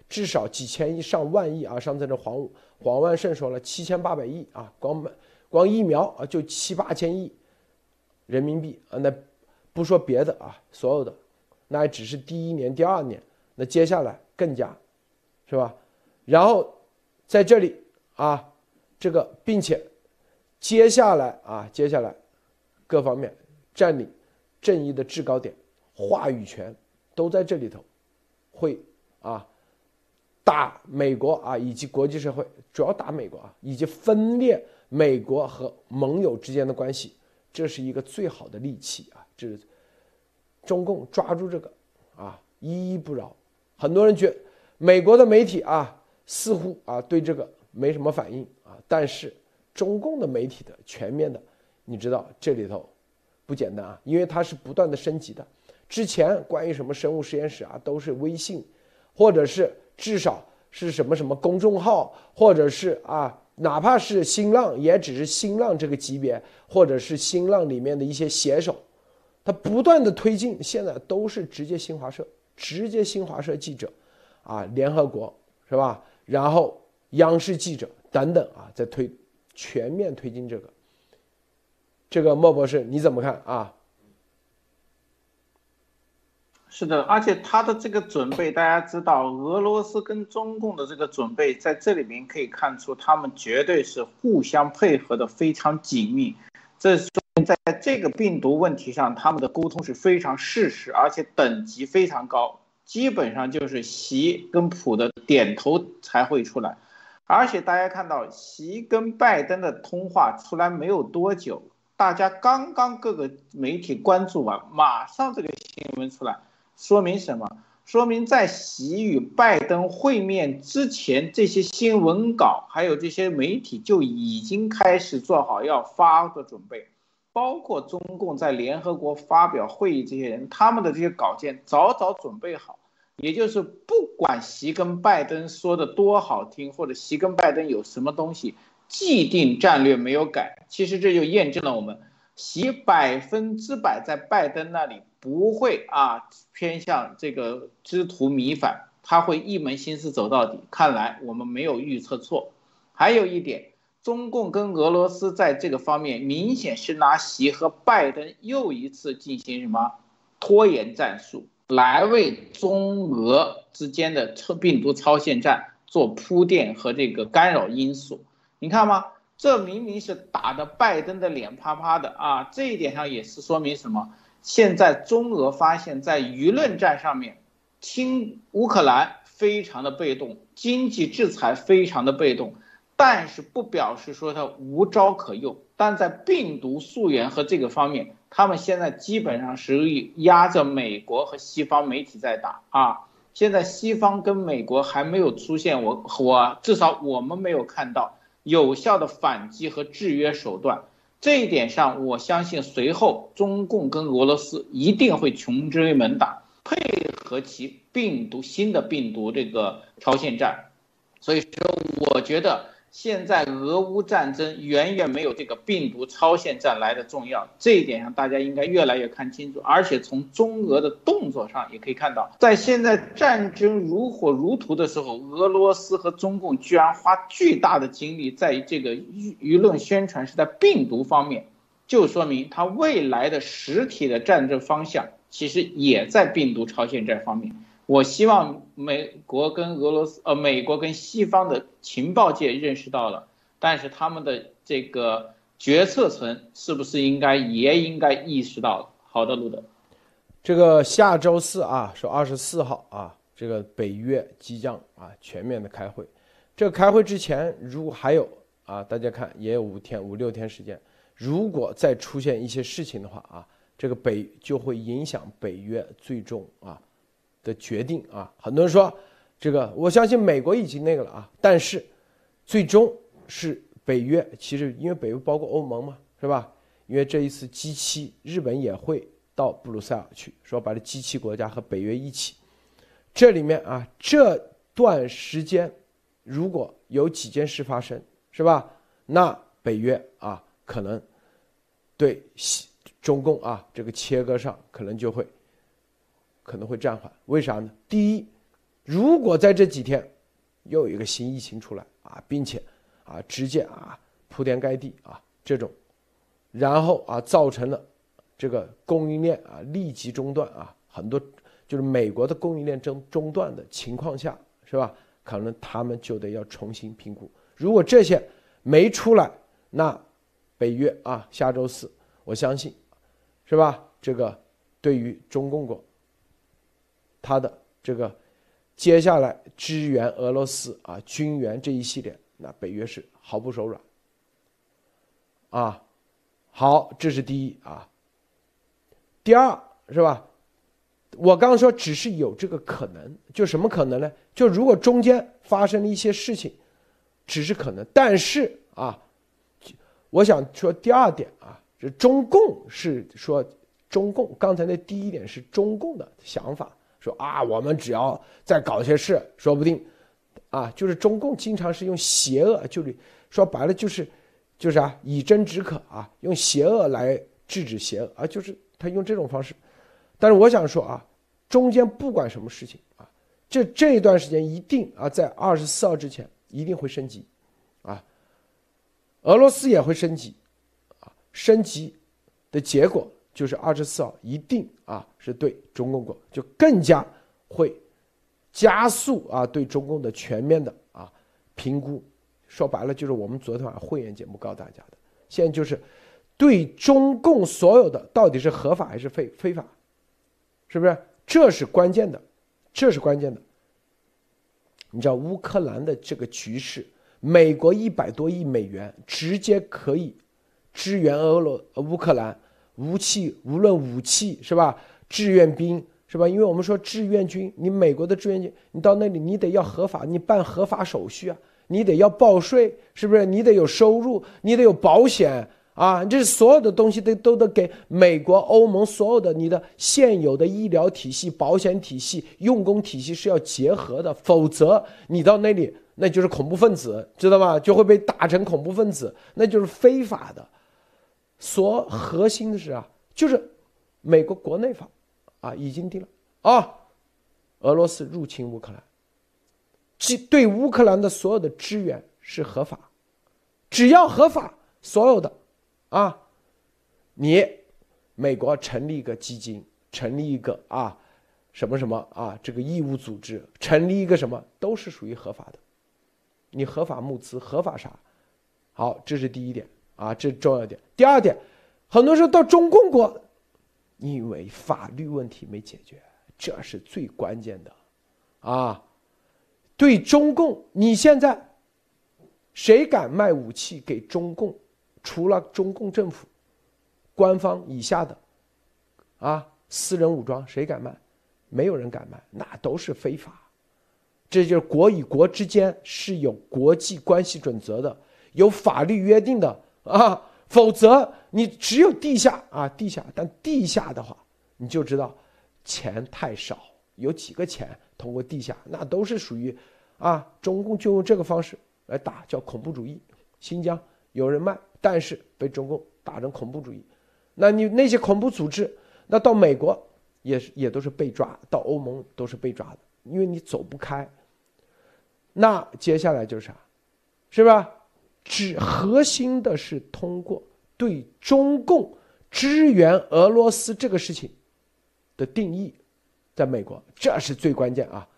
至少几千亿、上万亿啊！上次这黄黄万胜说了七千八百亿啊，光光疫苗啊就七八千亿人民币啊，那不说别的啊，所有的那也只是第一年、第二年，那接下来更加，是吧？然后在这里啊，这个并且接下来啊，接下来各方面占领正义的制高点，话语权都在这里头，会啊打美国啊以及国际社会，主要打美国啊，以及分裂美国和盟友之间的关系，这是一个最好的利器啊！这是中共抓住这个啊，一一不饶。很多人觉得美国的媒体啊，似乎啊对这个没什么反应啊，但是中共的媒体的全面的，你知道这里头不简单啊，因为它是不断的升级的。之前关于什么生物实验室啊，都是微信，或者是至少是什么什么公众号，或者是啊，哪怕是新浪，也只是新浪这个级别，或者是新浪里面的一些写手，他不断的推进，现在都是直接新华社，直接新华社记者，啊，联合国是吧？然后央视记者等等啊，在推全面推进这个。这个莫博士你怎么看啊？ 是的，而且他的这个准备，大家知道，俄罗斯跟中共的这个准备，在这里面可以看出，他们绝对是互相配合的非常紧密。这说明在这个病毒问题上，他们的沟通是非常适时，而且等级非常高，基本上就是习跟普的点头才会出来。而且大家看到，习跟拜登的通话出来没有多久，大家刚刚各个媒体关注完，马上这个新闻出来。说明什么？说明在习与拜登会面之前，这些新闻稿还有这些媒体就已经开始做好要发的准备，包括中共在联合国发表会议这些人，他们的这些稿件早早准备好，也就是不管习跟拜登说的多好听，或者习跟拜登有什么东西，既定战略没有改，其实这就验证了我们习百分之百在拜登那里不会啊偏向这个知途弥返，他会一门心思走到底。看来我们没有预测错。还有一点，中共跟俄罗斯在这个方面明显是拿习和拜登又一次进行什么拖延战术，来为中俄之间的病毒超限战做铺垫和这个干扰因素。你看吗？这明明是打的拜登的脸啪啪的啊！这一点上也是说明什么？现在中俄发现，在舆论战上面，亲乌克兰非常的被动，经济制裁非常的被动，但是不表示说它无招可用。但在病毒溯源和这个方面，他们现在基本上是压着美国和西方媒体在打啊！现在西方跟美国还没有出现，我我至少我们没有看到有效的反击和制约手段。这一点上，我相信随后中共跟俄罗斯一定会穷追猛打，配合其病毒新的病毒这个超限战。所以说，我觉得现在俄乌战争远远没有这个病毒超限战来的重要，这一点上大家应该越来越看清楚。而且从中俄的动作上也可以看到，在现在战争如火如荼的时候，俄罗斯和中共居然花巨大的精力在这个舆论宣传是在病毒方面，就说明它未来的实体的战争方向其实也在病毒超限战方面。我希望美国跟俄罗斯，呃，美国跟西方的情报界认识到了，但是他们的这个决策层是不是应该也应该意识到了？好的，路德， 这个下周四啊，是二十四号啊，这个北约即将啊全面的开会。这个开会之前，如果还有啊，大家看也有五天五六天时间，如果再出现一些事情的话啊，这个北就会影响北约最终啊。的决定啊，很多人说这个，我相信美国已经那个了啊，但是最终是北约，其实因为北约包括欧盟嘛，是吧？因为这一次 G 七，日本也会到布鲁塞尔去，说把这 G 七国家和北约一起，这里面啊，这段时间如果有几件事发生，是吧？那北约啊，可能对中共啊这个切割上可能就会。可能会暂缓，为啥呢？第一， 如果在这几天又有一个新疫情出来啊，并且啊直接啊铺天盖地啊这种，然后啊造成了这个供应链啊立即中断啊，很多就是美国的供应链中中断的情况下，是吧？可能他们就得要重新评估。如果这些没出来，那北约啊下周四我相信，是吧？这个对于中共国他的这个接下来支援俄罗斯啊军援这一系列，那北约是毫不手软啊。好，这是第一啊。第二是吧？我刚刚说只是有这个可能，就什么可能呢？就如果中间发生了一些事情，只是可能。但是啊，我想说第二点啊，这中共是说中共刚才那第一点是中共的想法，说啊，我们只要再搞些事，说不定啊，就是中共经常是用邪恶，就是说白了就是就是啊，以真止渴啊，用邪恶来制止邪恶啊，就是他用这种方式。但是我想说啊，中间不管什么事情啊，这这一段时间一定啊，在二十四号之前一定会升级，啊，俄罗斯也会升级，啊，升级的结果就是二十四号一定啊是对中共国就更加会加速啊对中共的全面的啊评估。说白了就是我们昨天晚上会员节目告诉大家的，现在就是对中共所有的到底是合法还是非非法。是不是？这是关键的，这是关键的。你知道乌克兰的这个局势，美国一百多亿美元直接可以支援俄罗乌克兰武器，无论武器是吧？志愿兵是吧？因为我们说志愿军，你美国的志愿军，你到那里你得要合法，你办合法手续啊，你得要报税，是不是？你得有收入，你得有保险。啊，这是所有的东西都都得给美国、欧盟所有的你的现有的医疗体系、保险体系、用工体系是要结合的，否则你到那里那就是恐怖分子，知道吗？就会被打成恐怖分子，那就是非法的。所核心的是啊，就是美国国内法啊已经定了啊，俄罗斯入侵乌克兰，对乌克兰的所有的支援是合法，只要合法，所有的。啊，你美国成立一个基金，成立一个啊什么什么啊这个义务组织，成立一个什么都是属于合法的，你合法募资，合法啥？好，这是第一点啊，这是重要点。第二点，很多时候到中共国，因为法律问题没解决，这是最关键的啊。对中共，你现在谁敢卖武器给中共？除了中共政府官方以下的啊私人武装谁敢卖？没有人敢卖，那都是非法。这就是国与国之间是有国际关系准则的，有法律约定的啊，否则你只有地下啊地下，但地下的话你就知道钱太少，有几个钱通过地下，那都是属于啊中共就用这个方式来打，叫恐怖主义。新疆有人卖，但是被中共打成恐怖主义，那你那些恐怖组织，那到美国也是也都是被抓，到欧盟都是被抓的，因为你走不开。那接下来就是啥，是吧？只核心的是通过对中共支援俄罗斯这个事情的定义，在美国这是最关键啊！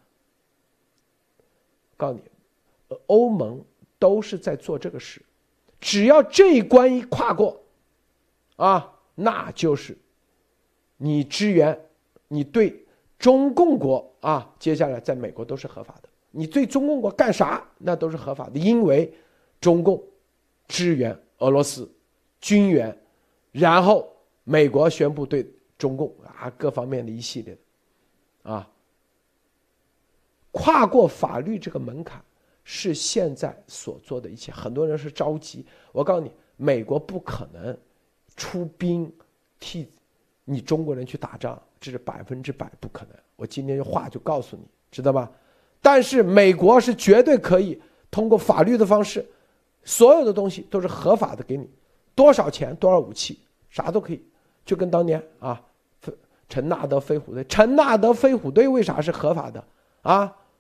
告诉你，欧盟都是在做这个事。只要这一关一跨过啊，那就是你支援你对中共国啊，接下来在美国都是合法的，你对中共国干啥那都是合法的，因为中共支援俄罗斯军援，然后美国宣布对中共啊各方面的一系列的啊跨过法律这个门槛，是现在所做的一切。很多人是着急，我告诉你，美国不可能出兵替你中国人去打仗，这是百分之百不可能。我今天话就告诉你，知道吧？但是美国是绝对可以通过法律的方式，所有的东西都是合法的给你，多少钱多少武器啥都可以，就跟当年啊陈纳德飞虎队，陈纳德飞虎队为啥是合法的啊？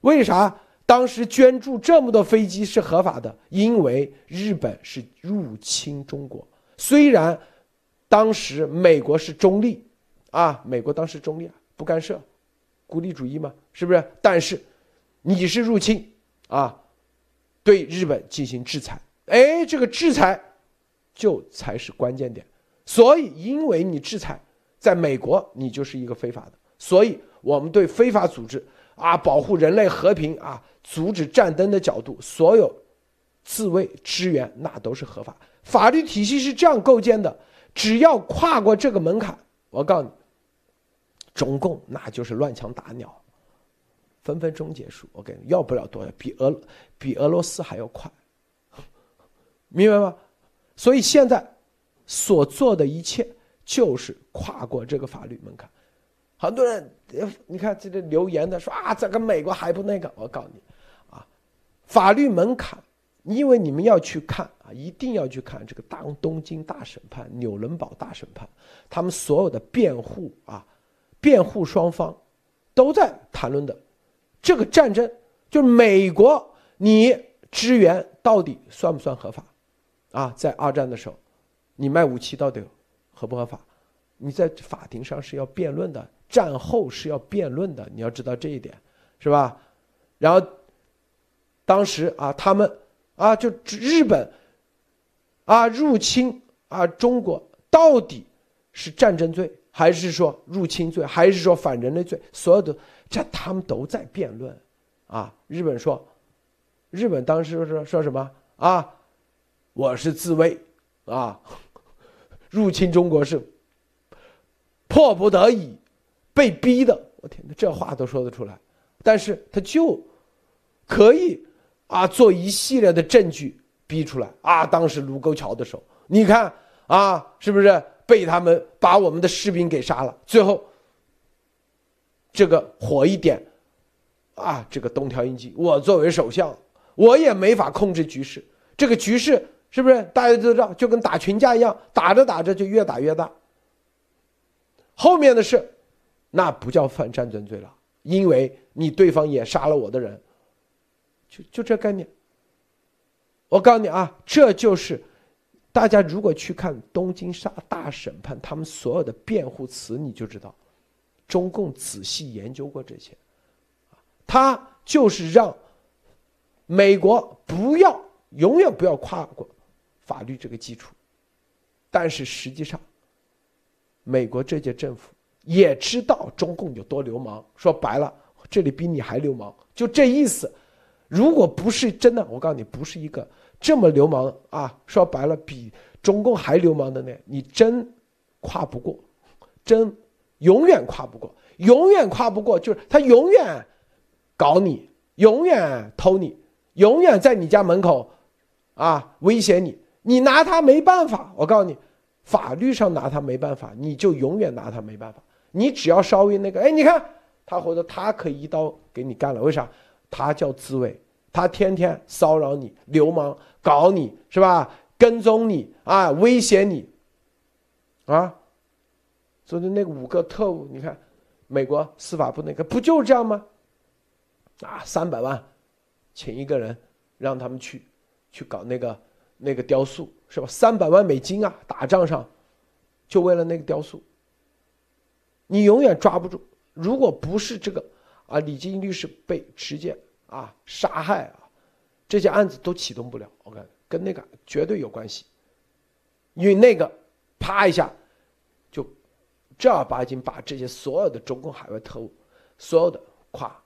为啥当时捐助这么多飞机是合法的？因为日本是入侵中国，虽然当时美国是中立啊，美国当时中立啊，不干涉，孤立主义嘛，是不是？但是你是入侵啊，对日本进行制裁，哎，这个制裁就才是关键点。所以因为你制裁，在美国你就是一个非法的，所以我们对非法组织啊，保护人类和平啊，阻止战争的角度，所有自卫支援那都是合法。法律体系是这样构建的，只要跨过这个门槛，我告诉你，中共那就是乱枪打鸟，分分钟结束。我跟你要不了多少，比俄比俄罗斯还要快，明白吗？所以现在所做的一切就是跨过这个法律门槛。很多人，你看这个留言的说啊，这个美国还不那个，我告诉你，啊，法律门槛，因为你们要去看啊，一定要去看这个当东京大审判、纽伦堡大审判，他们所有的辩护啊，辩护双方都在谈论的这个战争，就是美国你支援到底算不算合法啊？在二战的时候，你卖武器到底合不合法？你在法庭上是要辩论的。战后是要辩论的，你要知道这一点，是吧？然后当时啊，他们啊，就日本啊入侵啊中国，到底是战争罪，还是说入侵罪，还是说反人类罪？所有的这他们都在辩论啊。日本说，日本当时说说什么啊？我是自卫啊，入侵中国是迫不得已。被逼的，我天哪，这话都说得出来，但是他就可以啊做一系列的证据逼出来啊。当时卢沟桥的时候，你看啊，是不是被他们把我们的士兵给杀了？最后这个火一点啊，这个东条英机，我作为首相，我也没法控制局势。这个局势是不是大家都知道，就跟打群架一样，打着打着就越打越大。后面的事。那不叫犯战争罪了，因为你对方也杀了我的人，就就这概念。我告诉你啊，这就是大家如果去看东京沙大审判，他们所有的辩护词，你就知道，中共仔细研究过这些，他就是让美国不要永远不要跨过法律这个基础，但是实际上，美国这届政府。也知道中共有多流氓，说白了，这里比你还流氓，就这意思。如果不是真的，我告诉你，不是一个这么流氓啊，说白了比中共还流氓的呢，你真跨不过，真永远跨不过，永远跨不过，就是他永远搞你，永远偷你，永远在你家门口啊威胁你，你拿他没办法。我告诉你，法律上拿他没办法，你就永远拿他没办法。你只要稍微那个，哎，你看他或者他可以一刀给你干了，为啥？他叫自卫，他天天骚扰你，流氓搞你，是吧？跟踪你啊，威胁你，啊，所以那个五个特务，你看美国司法部那个不就是这样吗？啊，三百万，请一个人让他们去去搞那个那个雕塑，是吧？三百万美金啊，打仗上就为了那个雕塑。你永远抓不住，如果不是这个啊，李金律师被直接啊杀害啊，这些案子都启动不了。我看跟那个绝对有关系，因为那个啪一下就正儿八经把这些所有的中共海外特务所有的垮，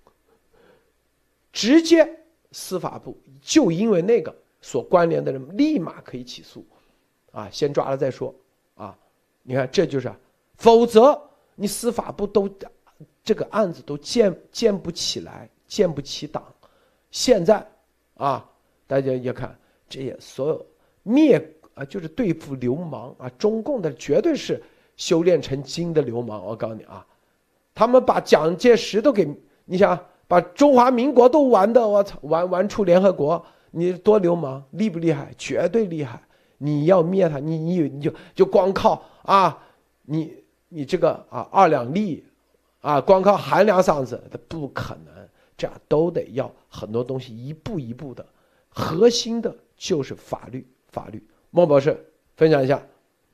直接司法部就因为那个所关联的人立马可以起诉，啊，先抓了再说啊，你看这就是，否则。你司法部都这个案子都建建不起来，建不起档。现在啊，大家也看这些所有灭啊，就是对付流氓啊，中共的绝对是修炼成精的流氓。我告诉你啊，他们把蒋介石都给你想把中华民国都玩的，我操，玩玩出联合国，你多流氓，厉不厉害？绝对厉害。你要灭他，你你你就就光靠啊你。你这个啊二两利，啊光靠喊两嗓子，不可能。 这样都得要很多东西一步一步的，核心的就是法律，法律。孟博士分享一下。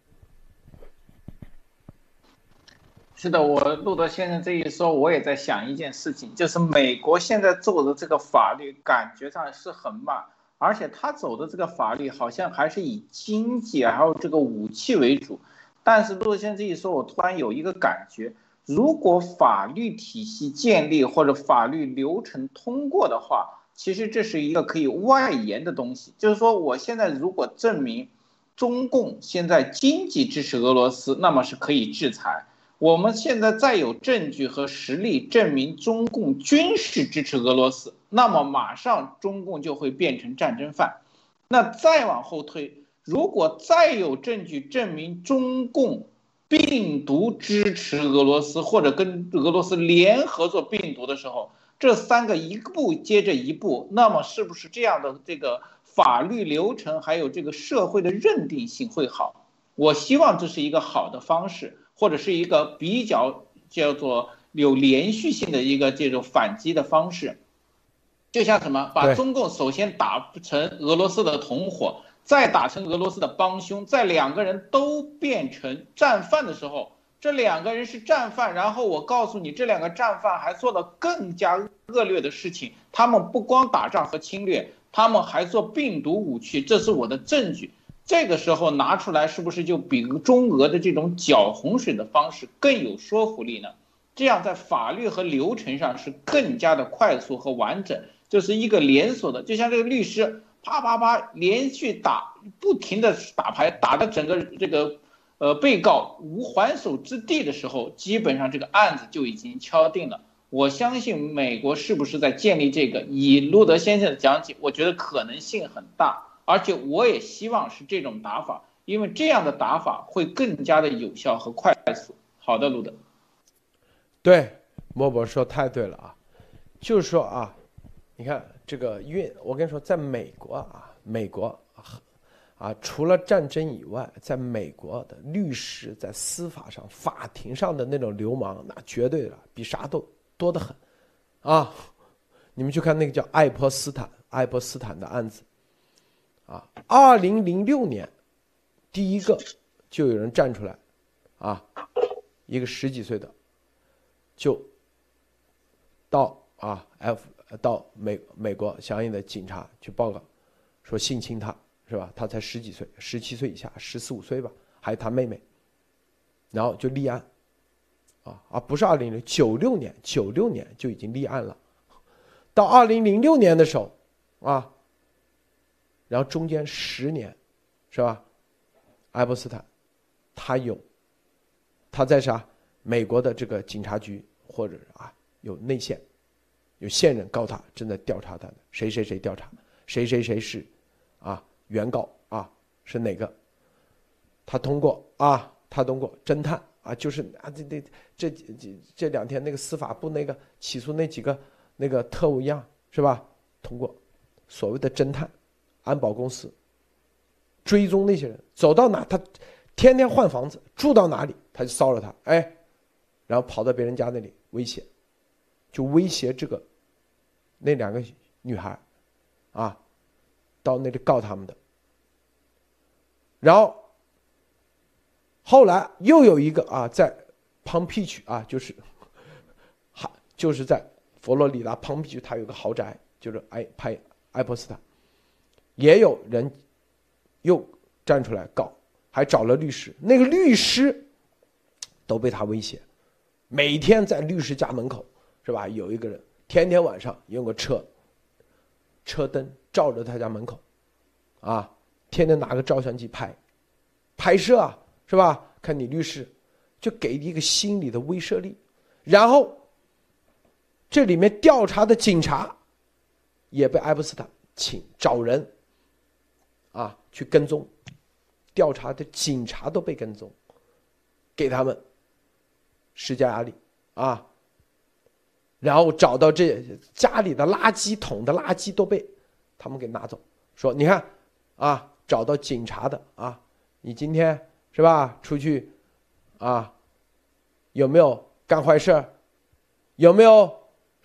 是的，我路德先生这一说，我也在想一件事情，就是美国现在做的这个法律感觉上是很慢，而且他走的这个法律好像还是以经济还有这个武器为主。但是路德先生这一说，我突然有一个感觉，如果法律体系建立或者法律流程通过的话，其实这是一个可以外延的东西，就是说我现在如果证明中共现在经济支持俄罗斯，那么是可以制裁。我们现在再有证据和实力证明中共军事支持俄罗斯，那么马上中共就会变成战争犯。那再往后推，如果再有证据证明中共病毒支持俄罗斯，或者跟俄罗斯联合做病毒的时候，这三个一步接着一步，那么是不是这样的这个法律流程还有这个社会的认定性会好？我希望这是一个好的方式，或者是一个比较叫做有连续性的一个这种反击的方式。就像什么，把中共首先打成俄罗斯的同伙，再打成俄罗斯的帮凶，在两个人都变成战犯的时候，这两个人是战犯，然后我告诉你，这两个战犯还做了更加恶劣的事情，他们不光打仗和侵略，他们还做病毒武器，这是我的证据。这个时候拿出来，是不是就比中俄的这种搅洪水的方式更有说服力呢？这样在法律和流程上是更加的快速和完整，就是一个连锁的，就像这个律师啪啪啪连续打，不停的打牌，打的整个这个呃被告无还手之地的时候，基本上这个案子就已经敲定了。我相信美国是不是在建立这个？以路德先生的讲解，我觉得可能性很大。而且我也希望是这种打法，因为这样的打法会更加的有效和快速。好的，路德。 对，莫博说太对了啊，就是说啊，你看这个运，我跟你说，在美国啊，美国啊，除了战争以外，在美国的律师在司法上、法庭上的那种流氓，那绝对的比啥都多得很啊！你们去看那个叫爱泼斯坦、爱泼斯坦的案子。啊，二零零六年，第一个就有人站出来，啊，一个十几岁的，就到啊 F 到美美国相应的警察去报告，说性侵他，是吧？他才十几岁，十七岁以下，十四五岁吧，还有他妹妹，然后就立案，啊啊，不是二零零九六年，九六年就已经立案了，到二零零六年的时候，啊。然后中间十年，是吧？爱泼斯坦，他有，他在啥？美国的这个警察局或者啊有内线，有线人告他，正在调查他的谁谁谁调查，谁谁谁是啊原告啊是哪个？他通过啊，他通过侦探啊，就是啊这这这这这两天那个司法部那个起诉那几个那个特务一样，是吧？通过所谓的侦探。安保公司追踪那些人，走到哪他天天换房子，住到哪里他就骚扰他，哎，然后跑到别人家那里威胁，就威胁这个那两个女孩，啊，到那里告他们的。然后后来又有一个啊，在庞皮区啊，就是还就是在佛罗里达庞皮区，他有个豪宅，就是爱拍爱泼斯坦。也有人又站出来告，还找了律师，那个律师都被他威胁，每天在律师家门口，是吧？有一个人天天晚上用个车车灯照着他家门口，啊，天天拿个照相机拍拍摄啊，是吧？看你律师，就给你一个心理的威慑力。然后这里面调查的警察也被爱泼斯坦请找人啊，去跟踪，调查的警察都被跟踪，给他们施加压力啊，然后找到这家里的垃圾桶的垃圾都被他们给拿走，说你看啊，找到警察的啊，你今天是吧出去啊，有没有干坏事？有没有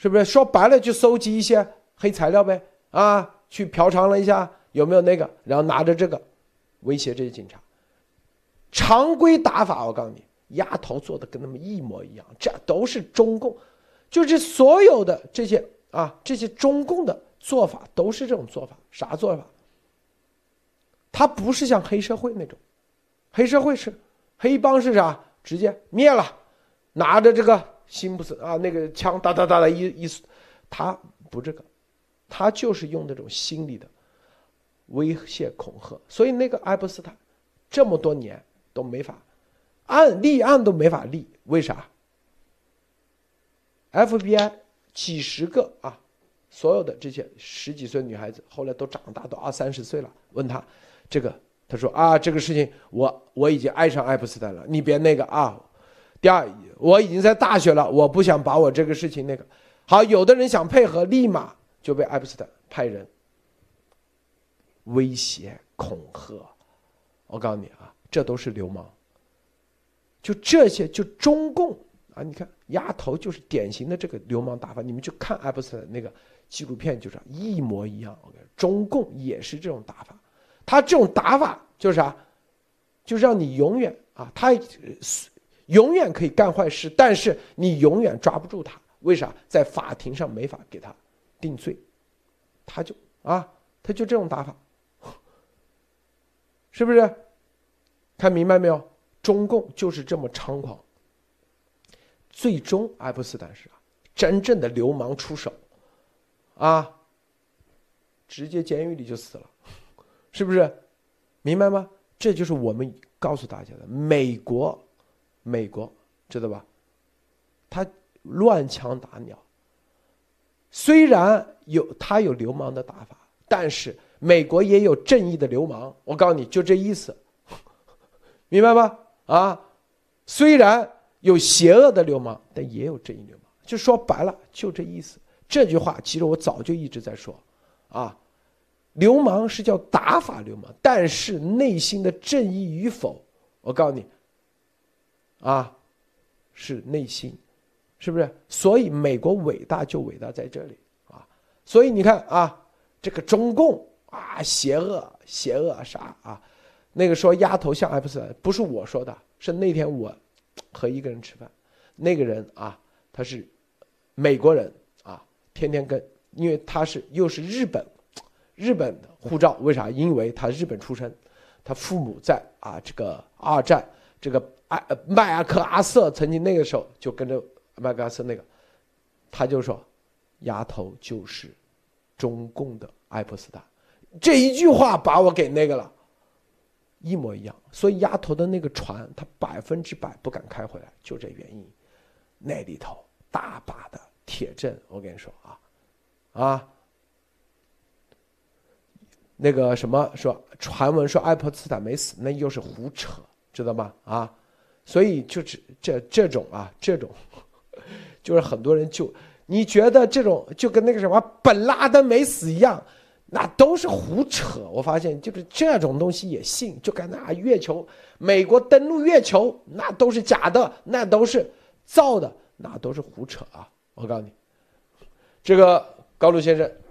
是不是？说白了就搜集一些黑材料呗，啊，去嫖娼了一下，有没有那个，然后拿着这个威胁这些警察。常规打法，我告诉你，丫头做的跟他们一模一样，这都是中共，就是所有的这些啊，这些中共的做法都是这种做法。啥做法？他不是像黑社会那种，黑社会是黑帮是啥？直接灭了，拿着这个辛普森啊那个枪哒哒哒的一一，他不这个，他就是用那种心理的威胁恐吓。所以那个爱泼斯坦这么多年都没法案立案都没法立，为啥 ？F B I 几十个啊，所有的这些十几岁女孩子后来都长大，都二三十岁了，问他这个。他说啊，这个事情我我已经爱上爱泼斯坦了，你别那个啊。第二，我已经在大学了，我不想把我这个事情那个。好，有的人想配合，立马就被爱泼斯坦派人威胁恐吓。我告诉你啊，这都是流氓。就这些，就中共啊，你看丫头就是典型的这个流氓打法。你们去看爱泼斯坦那个纪录片，就是一模一样。中共也是这种打法。他这种打法就是啥，就让你永远啊，他永远可以干坏事，但是你永远抓不住他。为啥？在法庭上没法给他定罪，他就啊，他就这种打法，是不是？看明白没有？中共就是这么猖狂。最终，爱泼斯坦是真正的流氓出手，啊，直接监狱里就死了。是不是？明白吗？这就是我们告诉大家的。美国，美国知道吧？他乱枪打鸟，虽然有他有流氓的打法，但是美国也有正义的流氓。我告诉你，就这意思，明白吗？啊，虽然有邪恶的流氓，但也有正义流氓。就说白了，就这意思。这句话其实我早就一直在说，啊。流氓是叫打法流氓，但是内心的正义与否，我告诉你，啊，是内心，是不是？所以美国伟大就伟大在这里啊！所以你看啊，这个中共啊，邪恶，邪恶啥啊？那个说丫头像爱泼斯坦，不是我说的，是那天我和一个人吃饭，那个人啊，他是美国人啊，天天跟，因为他是又是日本。日本的护照为啥？因为他日本出生，他父母在啊这个二战，这个艾麦阿克阿瑟曾经那个时候就跟着麦克阿瑟那个，他就说，丫头就是中共的爱泼斯坦，这一句话把我给那个了，一模一样。所以丫头的那个船，他百分之百不敢开回来，就这原因。那里头大把的铁证，我跟你说啊，啊。那个什么说传闻说爱泼斯坦没死，那又是胡扯，知道吗？啊，所以就是这这种啊，这种就是很多人就你觉得这种就跟那个什么本拉登没死一样，那都是胡扯。我发现就是这种东西也信，就跟那月球美国登陆月球那都是假的，那都是造的，那都是胡扯啊！我告诉你，这个高卢先生。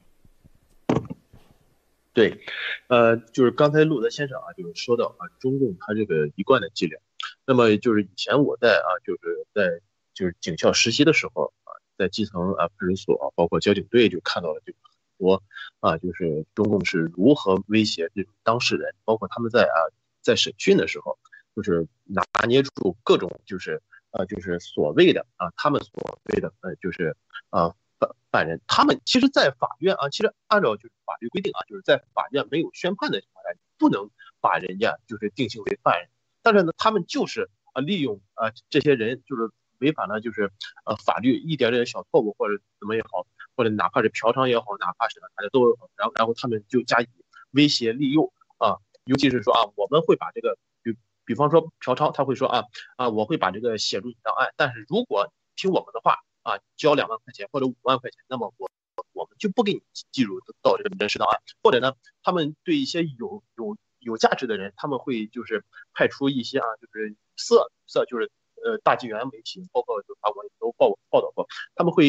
对，呃，就是刚才路德先生啊，就是说到啊，中共他这个一贯的伎俩。那么就是以前我在啊，就是在就是警校实习的时候啊，在基层啊派出所啊，包括交警队就看到了这个很多啊，就是中共是如何威胁这种当事人，包括他们在啊在审讯的时候，就是拿捏住各种就是呃就是所谓的啊他们所谓的呃就是啊。犯犯人，他们其实，在法院啊，其实按照就是法律规定啊，就是在法院没有宣判的情况下，不能把人家就是定性为犯人。但是呢，他们就是啊，利用啊这些人就是违反了就是呃法律一点点小错误或者怎么也好，或者哪怕是嫖娼也好，哪怕是哪的都好，然后然后他们就加以威胁利诱啊，尤其是说啊，我们会把这个比比方说嫖娼，他会说啊啊，我会把这个写入你档案，但是如果听我们的话。啊，交两万块钱或者五万块钱，那么我我们就不给你记入到这个人事档案。或者呢，他们对一些有有有价值的人，他们会就是派出一些啊，就是色色就是呃大纪元媒体，包括就法国也都报报道过，他们会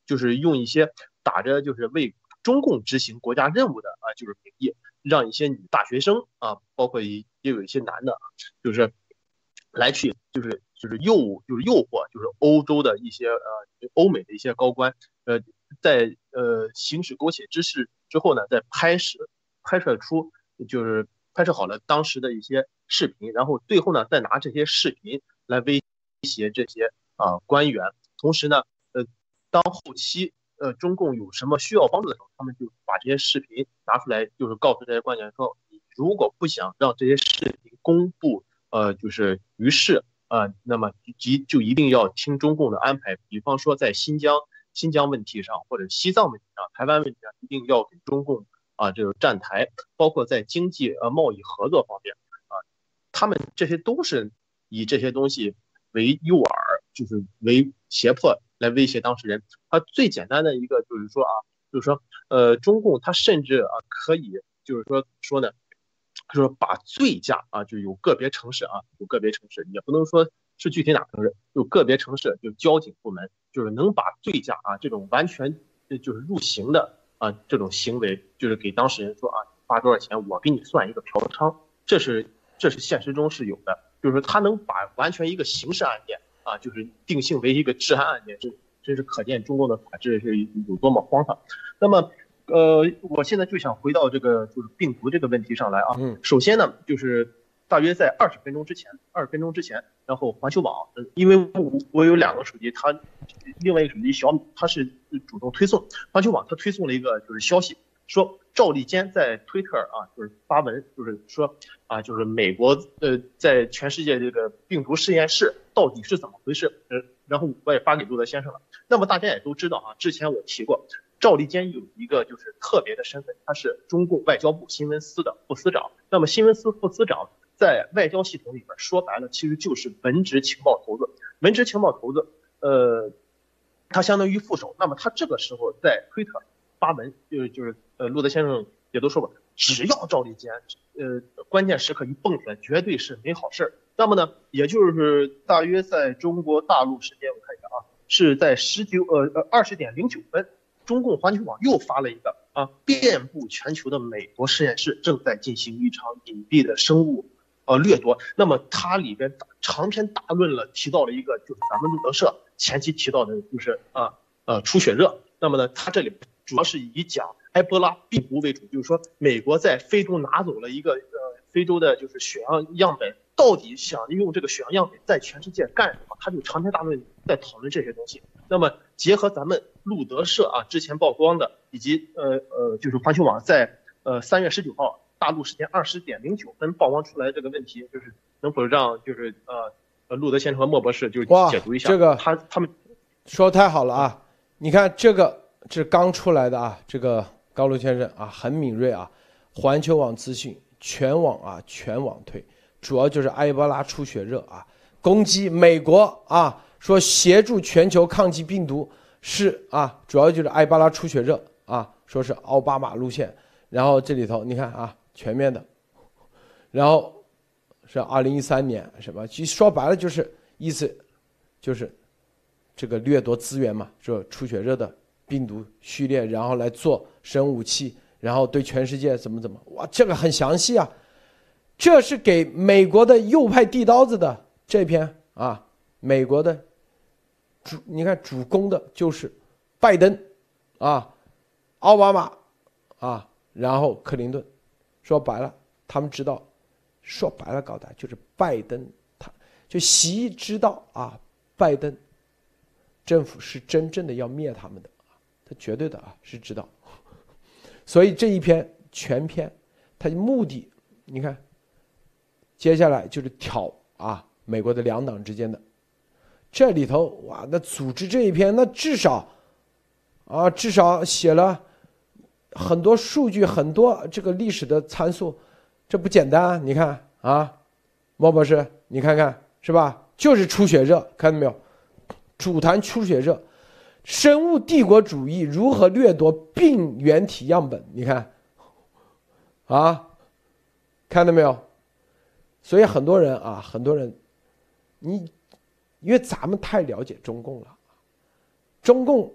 就是用一些打着就是为中共执行国家任务的啊，就是名义，让一些女大学生啊，包括也有一些男的啊，就是来去就是就是诱就是诱惑就是欧洲的一些呃欧美的一些高官，呃在呃行使苟且之事之后呢，再拍摄拍摄出就是拍摄好了当时的一些视频，然后最后呢再拿这些视频来威胁这些啊、呃、官员，同时呢呃当后期呃中共有什么需要帮助的时候，他们就把这些视频拿出来，就是告诉这些官员说，你如果不想让这些视频公布呃就是于世啊、呃，那么即就一定要听中共的安排，比方说在新疆新疆问题上或者西藏问题上、台湾问题上，一定要给中共啊这个站台，包括在经济呃贸易合作方面啊，他们这些都是以这些东西为诱饵，就是为胁迫来威胁当事人。他最简单的一个就是说啊，就是说呃中共他甚至啊可以就是说说呢。就是把醉驾啊，就有个别城市啊，有个别城市也不能说是具体哪个城市，有个别城市就交警部门就是能把醉驾啊这种完全就是入刑的啊这种行为，就是给当事人说啊花多少钱，我给你算一个嫖娼，这是这是现实中是有的，就是说他能把完全一个刑事案件啊，就是定性为一个治安案件，这这是可见中共的法治是有多么荒唐。那么。呃，我现在就想回到这个就是病毒这个问题上来啊。 嗯， 首先呢，就是大约在二十分钟之前，二十分钟之前，然后环球网，呃、因为我我有两个手机，它另外一个手机小米，它是主动推送，环球网它推送了一个就是消息，说赵立坚在推特啊就是发文，就是说啊就是美国呃在全世界这个病毒实验室到底是怎么回事？呃，然后我也发给路德先生了。那么大家也都知道啊，之前我提过。赵立坚有一个就是特别的身份，他是中共外交部新闻司的副司长。那么新闻司副司长在外交系统里边说白了，其实就是文职情报头子。文职情报头子，呃，他相当于副手。那么他这个时候在推特发文，就是就是呃，路德先生也都说过，只要赵立坚呃关键时刻一蹦出来，绝对是没好事。那么呢，也就是大约在中国大陆时间，我看一下啊，是在十九呃呃二十点零九分。中共环球网又发了一个啊，遍布全球的美国实验室正在进行一场隐蔽的生物呃掠夺。那么它里边长篇大论了，提到了一个就是咱们路德社前期提到的，就是啊呃出血热。那么呢，它这里主要是以讲埃博拉病毒为主，就是说美国在非洲拿走了一个呃非洲的就是血样样本，到底想用这个血样样本在全世界干什么？他就长篇大论在讨论这些东西。那么结合咱们路德社啊之前曝光的，以及呃呃就是环球网在呃三月十九号大陆时间二十点零九分曝光出来这个问题，就是能否让就是呃呃路德先生和莫博士就解读一下这个他他们说太好了啊！你看这个这刚出来的啊，这个高卢先生啊很敏锐啊，环球网资讯全网啊全网推，主要就是埃博拉出血热啊，攻击美国啊。说协助全球抗击病毒是啊，主要就是埃博拉出血热啊，说是奥巴马路线。然后这里头你看啊，全面的，然后是二零一三年什么，其实说白了就是意思就是这个掠夺资源嘛，说出血热的病毒序列，然后来做生物武器，然后对全世界怎么怎么，哇，这个很详细啊。这是给美国的右派地刀子的这篇啊，美国的。主你看主攻的就是拜登啊，奥巴马啊，然后克林顿。说白了，他们知道，说白了搞的就是拜登，他就习知道啊，拜登政府是真正的要灭他们的，他绝对的啊是知道。所以这一篇全篇，他的目的，你看，接下来就是挑啊美国的两党之间的。这里头哇，那组织这一篇，那至少，啊，至少写了很多数据，很多这个历史的参数，这不简单啊！你看啊，莫博士，你看看是吧？就是出血热，看到没有？主谈出血热，生物帝国主义如何掠夺病原体样本？你看，啊，看到没有？所以很多人啊，很多人，你。因为咱们太了解中共了，中共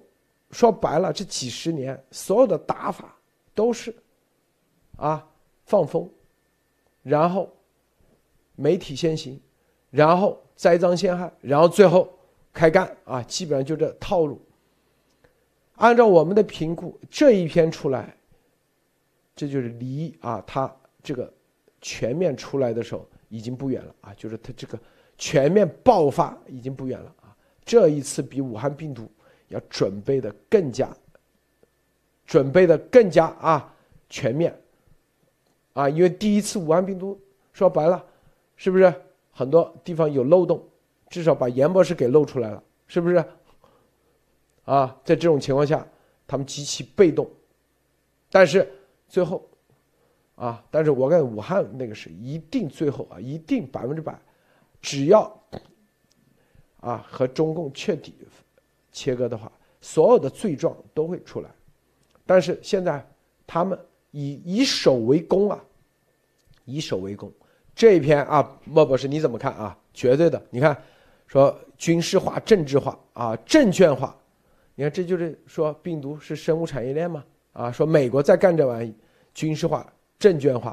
说白了，这几十年所有的打法都是啊放风，然后媒体先行，然后栽赃陷害，然后最后开干啊，基本上就这套路。按照我们的评估，这一篇出来，这就是离啊它这个全面出来的时候已经不远了啊，就是它这个全面爆发已经不远了啊。这一次比武汉病毒要准备的更加准备的更加啊全面啊，因为第一次武汉病毒说白了，是不是很多地方有漏洞，至少把严博士给露出来了，是不是啊？在这种情况下，他们极其被动，但是最后啊，但是我感觉武汉那个是一定最后啊，一定百分之百，只要啊和中共彻底切割的话，所有的罪状都会出来。但是现在他们以以守为攻啊，以守为攻。这一篇啊，莫博士你怎么看啊？绝对的，你看说军事化、政治化啊、证券化，你看这就是说病毒是生物产业链吗？啊，说美国在干这玩意，军事化、证券化。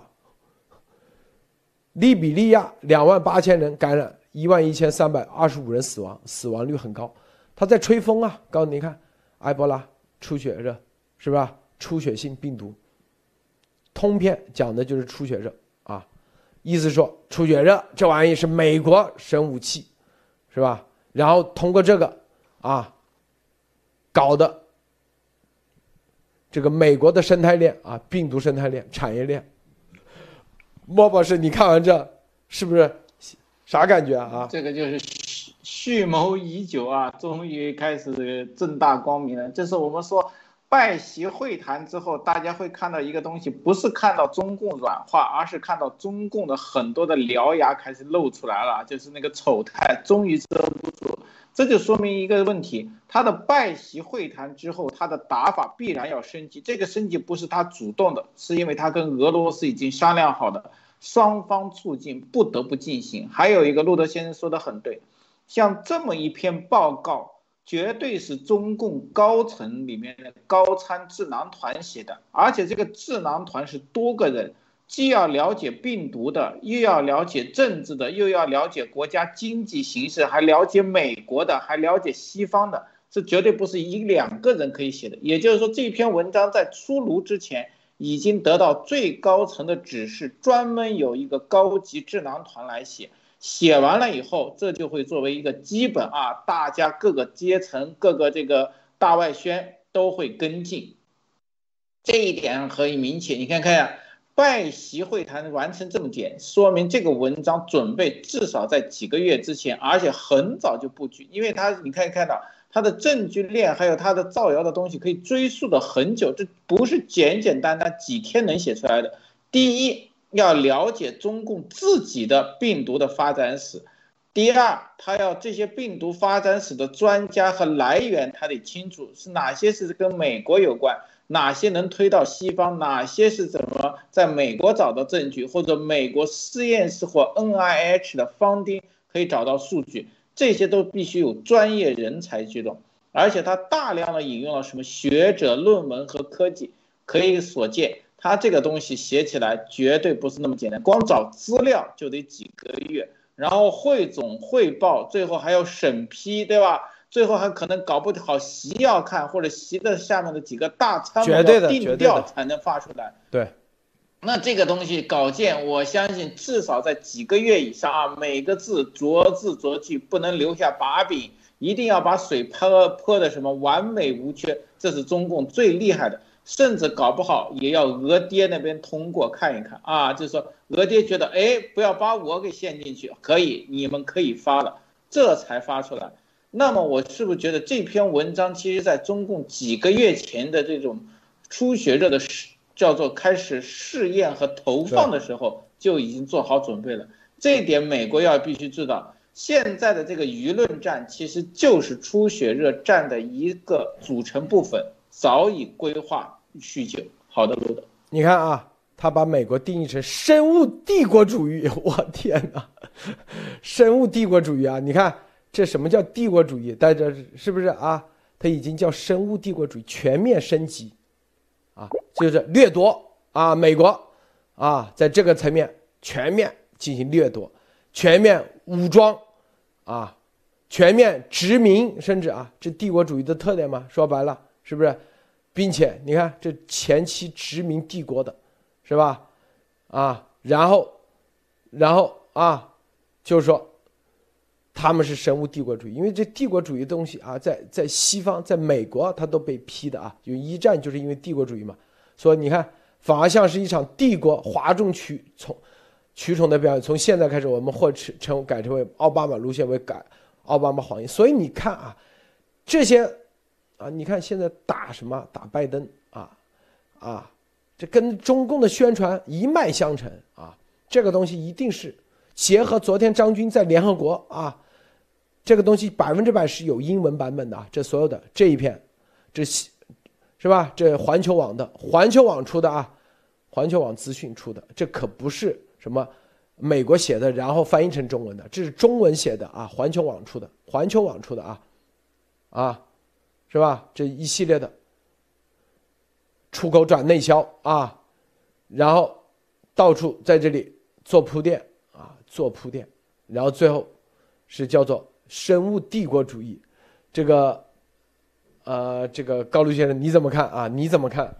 利比利亚两万八千人感染，一万一千三百二十五人死亡，死亡率很高。他在吹风啊，告诉你看，埃博拉、出血热，是吧？出血性病毒，通篇讲的就是出血热啊，意思说出血热这玩意是美国生武器，是吧？然后通过这个啊，搞的这个美国的生态链啊，病毒生态链、产业链。莫博士，你看完这是不是啥感觉啊？ 这个就是蓄谋已久啊，终于开始正大光明了。就是我们说拜习会谈之后，大家会看到一个东西，不是看到中共软化，而是看到中共的很多的獠牙开始露出来了，就是那个丑态终于遮不住。这就说明一个问题，他的拜习会谈之后，他的打法必然要升级。这个升级不是他主动的，是因为他跟俄罗斯已经商量好的，双方促进不得不进行。还有一个，路德先生说的很对，像这么一篇报告，绝对是中共高层里面的高参智囊团写的，而且这个智囊团是多个人，既要了解病毒的，又要了解政治的，又要了解国家经济形势，还了解美国的，还了解西方的，这绝对不是一两个人可以写的。也就是说，这篇文章在出炉之前已经得到最高层的指示，专门有一个高级智囊团来写。写完了以后，这就会作为一个基本啊，大家各个阶层、各个这个大外宣都会跟进。这一点可以明显，你看看呀，拜习会谈完成这么点，说明这个文章准备至少在几个月之前，而且很早就布局，因为他你可以看到他的证据链还有他的造谣的东西可以追溯的很久，这不是简简单单几天能写出来的。第一，要了解中共自己的病毒的发展史；第二，他要这些病毒发展史的专家和来源，他得清楚是哪些是跟美国有关，哪些能推到西方，哪些是怎么在美国找到证据，或者美国实验室或 N I H 的 funding 可以找到数据，这些都必须有专业人才去弄。而且他大量的引用了什么学者论文和科技，可以所见。他这个东西写起来绝对不是那么简单，光找资料就得几个月，然后汇总汇报，最后还要审批，对吧？最后还可能搞不好习要看，或者习的下面的几个大参谋要定调才能发出来。 对， 那这个东西稿件，我相信至少在几个月以上啊，每个字逐字逐句不能留下把柄，一定要把水泼泼的什么完美无缺，这是中共最厉害的。甚至搞不好也要俄爹那边通过看一看啊，就是说俄爹觉得，哎，不要把我给陷进去，可以，你们可以发了，这才发出来。那么我是不是觉得这篇文章其实在中共几个月前的这种初学者的叫做开始试验和投放的时候就已经做好准备了？这一点美国要必须知道，现在的这个舆论战其实就是初血热战的一个组成部分，早已规划许久。好的，路德， 你看啊，他把美国定义成生物帝国主义，我天哪，生物帝国主义啊！你看这什么叫帝国主义？大家是不是啊？ 它已经叫生物帝国主义全面升级，啊，就是掠夺啊，美国啊，在这个层面全面进行掠夺，全面武装啊，全面殖民，甚至啊，这帝国主义的特点嘛，说白了是不是？并且你看这前期殖民帝国的，是吧？啊，然后，然后啊，就是说。他们是生物帝国主义，因为这帝国主义的东西啊，在在西方，在美国，它都被批的啊。就一战就是因为帝国主义嘛，所以你看，反而像是一场帝国哗众取宠、取宠的表演。从现在开始，我们或称称改成为奥巴马路线为改奥巴马谎言。所以你看啊，这些啊，你看现在打什么打拜登啊啊，这跟中共的宣传一脉相承啊。这个东西一定是结合昨天张军在联合国啊。这个东西百分之百是有英文版本的啊，这所有的这一篇，这是吧？这环球网的，环球网出的啊，环球网资讯出的，这可不是什么美国写的，然后翻译成中文的，这是中文写的啊，环球网出的，环球网出的啊，啊，是吧？这一系列的出口转内销啊，然后到处在这里做铺垫啊，做铺垫，然后最后是叫做。生物帝国主义，这个，呃，这个高卢先生你怎么看啊？你怎么看？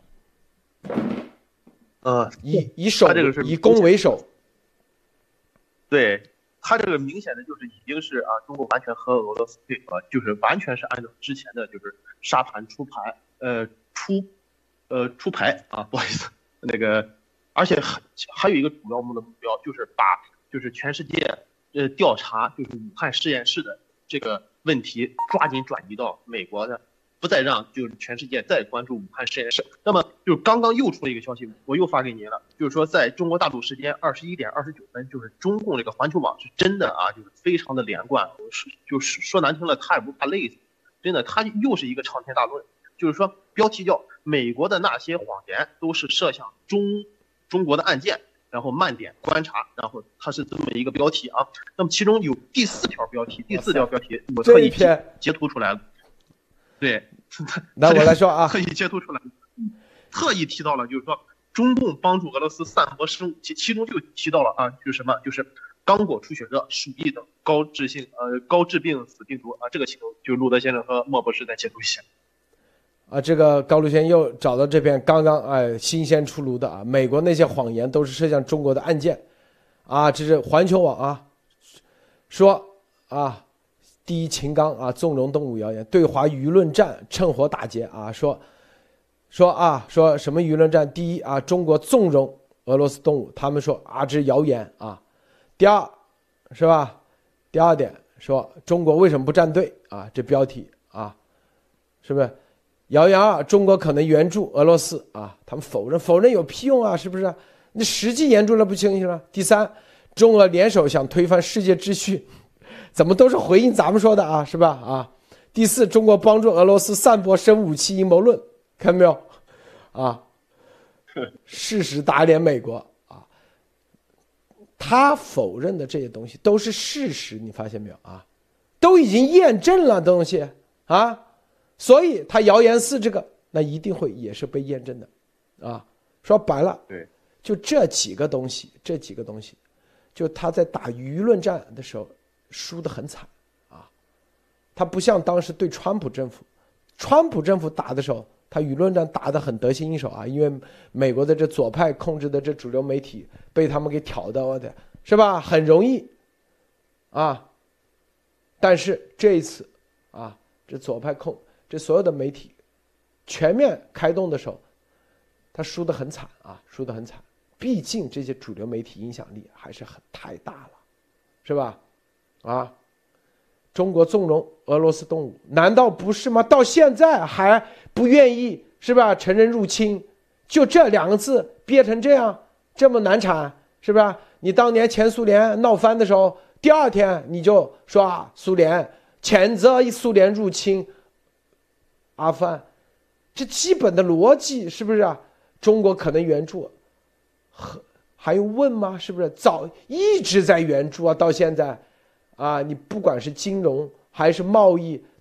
呃， 以以守这个是以攻为守， 对他这个明显的就是已经是啊，中国完全和俄罗斯配合，就是完全是按照之前的就是沙盘出牌，呃出，呃出牌啊，不好意思，那个，而且还还有一个主要目的目标就是把就是全世界。呃，调查就是武汉实验室的这个问题，抓紧转移到美国的，不再让就是全世界再关注武汉实验室。那么就是刚刚又出了一个消息，我又发给您了，就是说在中国大陆时间二十一点二十九分，就是中共这个环球网是真的啊，就是非常的连贯，就是说难听了，他也不怕累死，真的，他又是一个长篇大论，就是说标题叫美国的那些谎言都是射向中中国的案件。然后慢点观察，然后它是这么一个标题啊。那么其中有第四条标题，第四条标题我特意截图出来了。对， 那我来说啊， 特意截图出来了，特意提到了，就是说中共帮助俄罗斯散播生物，其其中就提到了啊，就是什么，就是刚果出血热、鼠疫等高致性呃高致病死病毒啊。这个请就路德先生和莫博士再解读一下。 啊，这个高卢先又找到这篇刚刚哎新鲜出炉的啊，美国那些谎言都是射向中国的案件，啊，这是环球网啊，说啊，第一秦刚啊纵容动物谣言，对华舆论战趁火打劫啊，说说啊说什么舆论战？第一啊，中国纵容俄罗斯动物，他们说啊这是谣言啊。第二是吧？第二点说中国为什么不站队啊？这标题啊，是不是？谣言二，中国可能援助俄罗斯啊，他们否认，否认有屁用啊，是不是？那实际援助了不清晰了。第三，中俄联手想推翻世界秩序，怎么都是回应咱们说的啊，是吧？啊，第四，中国帮助俄罗斯散播生武器阴谋论，看到没有？啊，事实打脸美国啊，他否认的这些东西都是事实，你发现没有啊？都已经验证了东西啊。所以他谣言四这个，那一定会也是被验证的，啊，说白了， 对， 就这几个东西，这几个东西，就他在打舆论战的时候输得很惨啊，他不像当时对川普政府，川普政府打的时候，他舆论战打得很得心应手啊，因为美国的这左派控制的这主流媒体被他们给挑的，是吧？很容易，啊，但是这一次啊，这左派控。这所有的媒体全面开动的时候，他输得很惨啊，输得很惨。毕竟这些主流媒体影响力还是很太大了，是吧？啊，中国纵容俄罗斯动物，难道不是吗？到现在还不愿意是吧？承认入侵，就这两个字憋成这样，这么难产，是吧？你当年前苏联闹翻的时候，第二天你就说啊，苏联谴责苏联入侵阿富汗，这基本的逻辑是不是啊？中国可能援助，还用问吗？是不是早一直在援助啊？到现在，啊，你不管是金融还是贸易，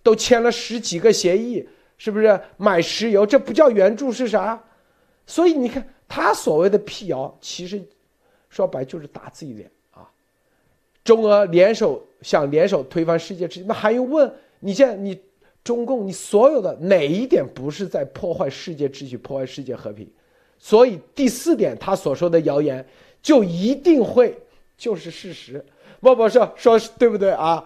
都签了十几个协议，是不是买石油？这不叫援助是啥？所以你看他所谓的辟谣，其实说白就是打自己脸啊。中俄联手想联手推翻世界秩序，那还用问？你现在你中共你所有的哪一点不是在破坏世界秩序、破坏世界和平？所以第四点他所说的谣言就一定会就是事实。莫博士说对不对啊？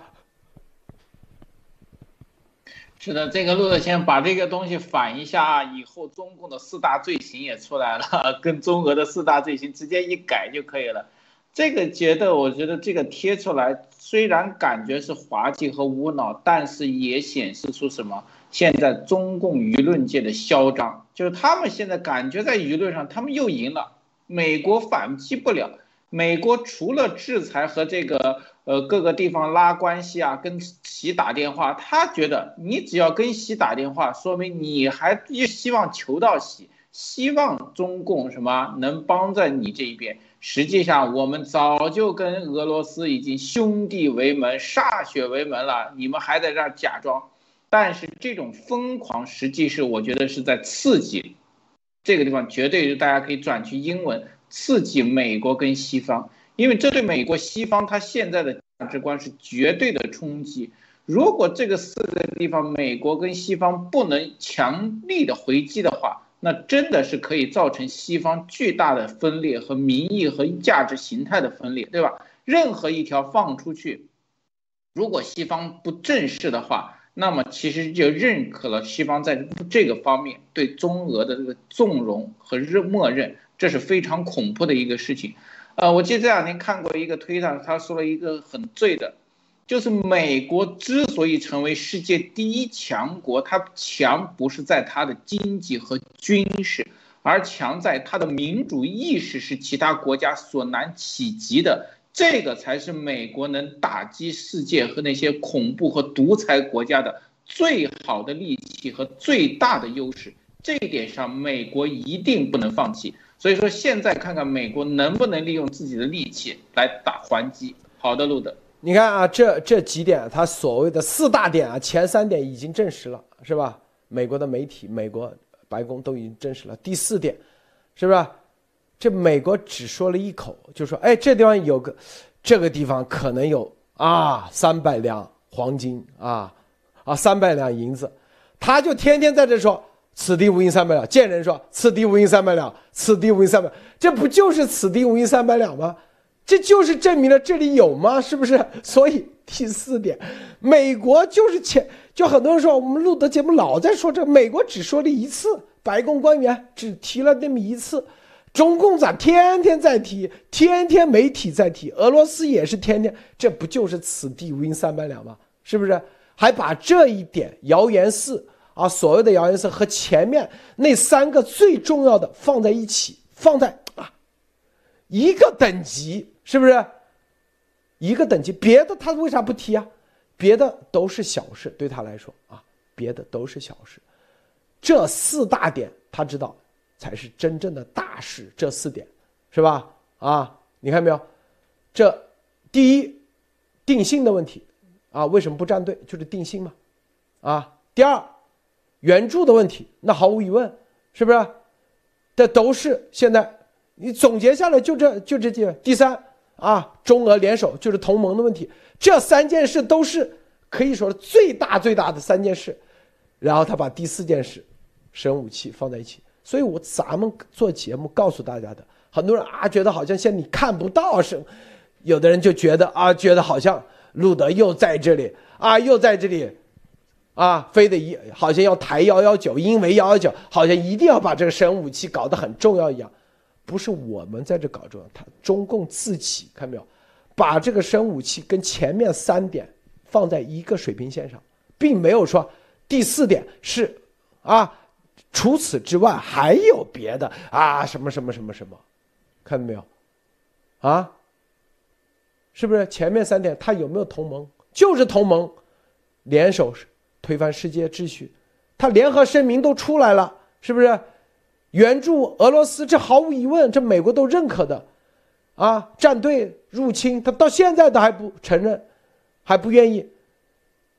是的，这个陆德先把这个东西反一下啊，以后中共的四大罪行也出来了，跟中俄的四大罪行直接一改就可以了。这个觉得，我觉得这个贴出来，虽然感觉是滑稽和无脑，但是也显示出什么？现在中共舆论界的嚣张，就是他们现在感觉在舆论上他们又赢了，美国反击不了。美国除了制裁和这个呃各个地方拉关系啊，跟习打电话，他觉得你只要跟习打电话，说明你还希望求到习，希望中共什么能帮在你这一边。实际上我们早就跟俄罗斯已经兄弟为盟、歃血为盟了，你们还在这儿假装。但是这种疯狂，实际是我觉得是在刺激，这个地方绝对大家可以转去英文。刺激美国跟西方，因为这对美国西方它现在的价值观是绝对的冲击。如果这个四个地方美国跟西方不能强力的回击的话，那真的是可以造成西方巨大的分裂和民意和价值形态的分裂，对吧？任何一条放出去，如果西方不正视的话，那么其实就认可了西方在这个方面对中俄的这个纵容和默认。这是非常恐怖的一个事情，呃，我记得这两天看过一个推特，他说了一个很对的，就是美国之所以成为世界第一强国，它强不是在它的经济和军事，而强在它的民主意识是其他国家所难企及的，这个才是美国能打击世界和那些恐怖和独裁国家的最好的利器和最大的优势，这一点上美国一定不能放弃。所以说现在看看美国能不能利用自己的力气来打还击。好的，路德， 你看啊，这这几点，他所谓的四大点啊，前三点已经证实了，是吧？美国的媒体、美国白宫都已经证实了。第四点，是不是？这美国只说了一口，就说，哎，这地方有个，这个地方可能有啊三百两黄金啊啊三百两银子，他就天天在这说。此地无银三百两，见人说此地无银三百两，此地无银三百，这不就是此地无银三百两吗？这就是证明了这里有吗？是不是？所以第四点，美国就是前，就很多人说我们录的节目老在说这，美国只说了一次，白宫官员只提了那么一次，中共咋天天在提，天天媒体在提，俄罗斯也是天天，这不就是此地无银三百两吗？是不是？还把这一点谣言四。啊，所谓的谣言是和前面那三个最重要的放在一起，放在啊一个等级，是不是？一个等级，别的他为啥不提啊？别的都是小事，对他来说啊，别的都是小事。这四大点他知道才是真正的大事，这四点是吧？啊，你看没有？这第一，定性的问题啊，为什么不站队？就是定性嘛，啊，第二。援助的问题，那毫无疑问，是不是？这都是现在你总结下来就这就这几。第三啊，中俄联手就是同盟的问题，这三件事都是可以说是最大最大的三件事。然后他把第四件事，神武器放在一起。所以我咱们做节目告诉大家的，很多人啊觉得好像现在你看不到是，有的人就觉得啊觉得好像路德又在这里啊又在这里。啊，非得一好像要抬一一九，因为一一九好像一定要把这个神武器搞得很重要一样，不是我们在这搞重要，他中共自己看没有，把这个神武器跟前面三点放在一个水平线上，并没有说第四点是啊，除此之外还有别的啊什么什么什么什么，看到没有？啊，是不是前面三点他有没有同盟？就是同盟，联手推翻世界秩序，他联合声明都出来了，是不是？援助俄罗斯，这毫无疑问，这美国都认可的，啊，战队入侵，他到现在都还不承认，还不愿意。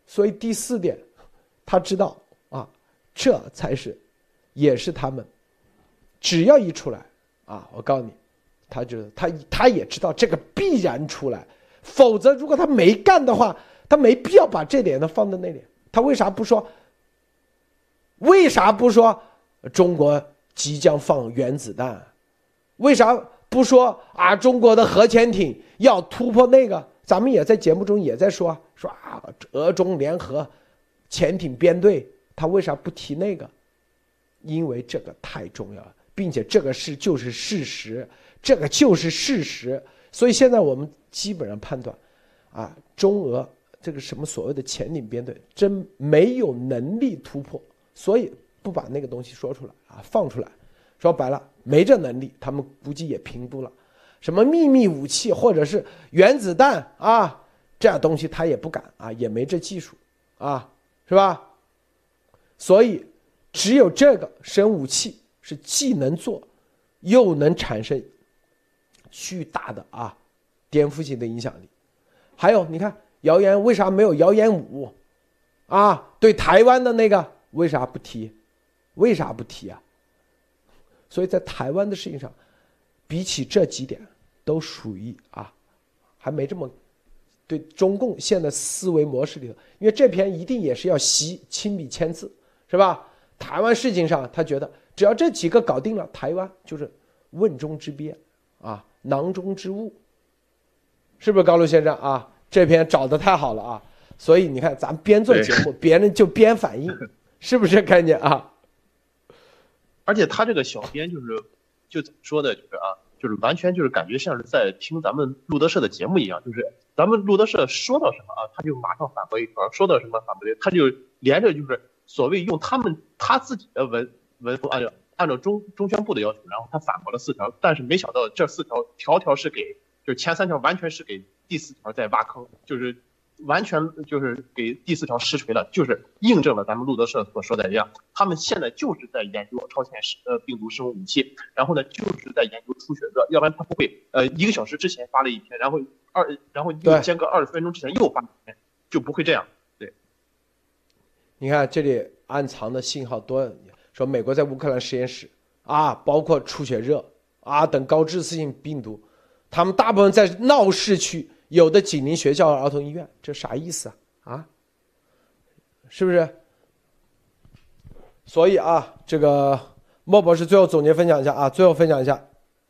所以第四点，他知道啊，这才是，也是他们，只要一出来啊，我告诉你，他就他他也知道这个必然出来，否则如果他没干的话，他没必要把这点呢放在那里。他为啥不说？为啥不说中国即将放原子弹？为啥不说啊？中国的核潜艇要突破那个？咱们也在节目中也在说说啊，俄中联合潜艇编队，他为啥不提那个？因为这个太重要了，并且这个是就是事实，这个就是事实。所以现在我们基本上判断，啊，中俄这个什么所谓的潜艇编队真没有能力突破，所以不把那个东西说出来啊，放出来。说白了，没这能力，他们估计也评估了。什么秘密武器或者是原子弹啊，这样东西他也不敢啊，也没这技术啊，是吧？所以只有这个生武器是既能做，又能产生巨大的啊颠覆性的影响力。还有你看谣言为啥没有谣言五啊？对台湾的那个为啥不提？为啥不提啊？所以在台湾的事情上，比起这几点都属于啊，还没这么对中共现在思维模式里头，因为这篇一定也是要习亲笔签字，是吧？台湾事情上，他觉得只要这几个搞定了，台湾就是瓮中之鳖啊，囊中之物，是不是高露先生啊？这篇找得太好了啊！所以你看，咱边做节目，别人就边反应，是不是这概念啊？ 而且他这个小编就是，就怎么说呢？就是啊，就是完全就是感觉像是在听咱们路德社的节目一样，就是咱们路德社说到什么啊，他就马上反驳一条；说到什么反驳一条，他就连着就是所谓用他们他自己的文文风按照按照中中宣部的要求，然后他反驳了四条，但是没想到这四条条条是给，就是前三条完全是给第四条在挖坑，就是完全就是给第四条实锤了，就是印证了咱们路德社所说的一样，他们现在就是在研究超限呃病毒生物武器，然后呢就是在研究出血热，要不然他不会呃一个小时之前发了一篇，然后二然后又间隔二十分钟之前又发一篇，就不会这样。对， 你看这里暗藏的信号多，说美国在乌克兰实验室啊，包括出血热啊等高致死性病毒，他们大部分在闹市区。有的紧邻学校和儿童医院，这啥意思啊？啊，是不是？所以啊，这个莫博士最后总结分享一下啊，最后分享一下。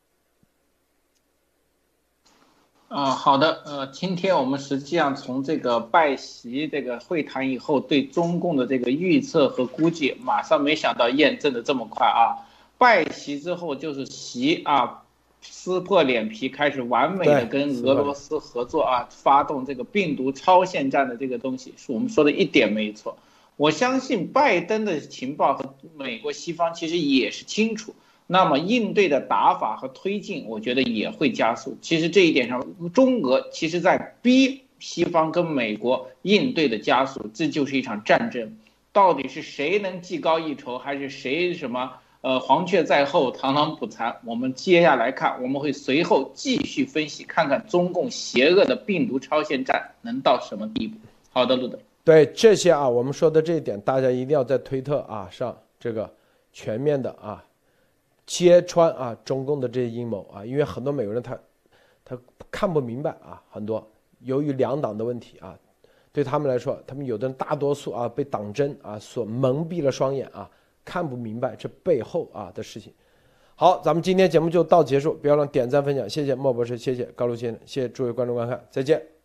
啊、呃，好的，呃，今天我们实际上从这个拜习这个会谈以后，对中共的这个预测和估计，马上没想到验证的这么快啊！拜习之后就是习啊。撕破脸皮，开始完美的跟俄罗斯合作啊，发动这个病毒超限战的这个东西，是我们说的一点没错。我相信拜登的情报和美国西方其实也是清楚，那么应对的打法和推进，我觉得也会加速。其实这一点上，中俄其实在逼西方跟美国应对的加速，这就是一场战争。到底是谁能技高一筹，还是谁什么？呃，黄雀在后，螳螂捕蝉。我们接下来看，我们会随后继续分析，看看中共邪恶的病毒超限战能到什么地步。好的，路德。 对这些啊，我们说的这一点，大家一定要在推特啊上这个全面的啊揭穿啊中共的这些阴谋啊，因为很多美国人他他看不明白啊，很多由于两党的问题啊，对他们来说，他们有的人大多数啊被党争啊所蒙蔽了双眼啊。看不明白这背后啊的事情。好，咱们今天节目就到结束，不要忘点赞分享，谢谢莫博士，谢谢高露先生，谢谢诸位观众观看，再见。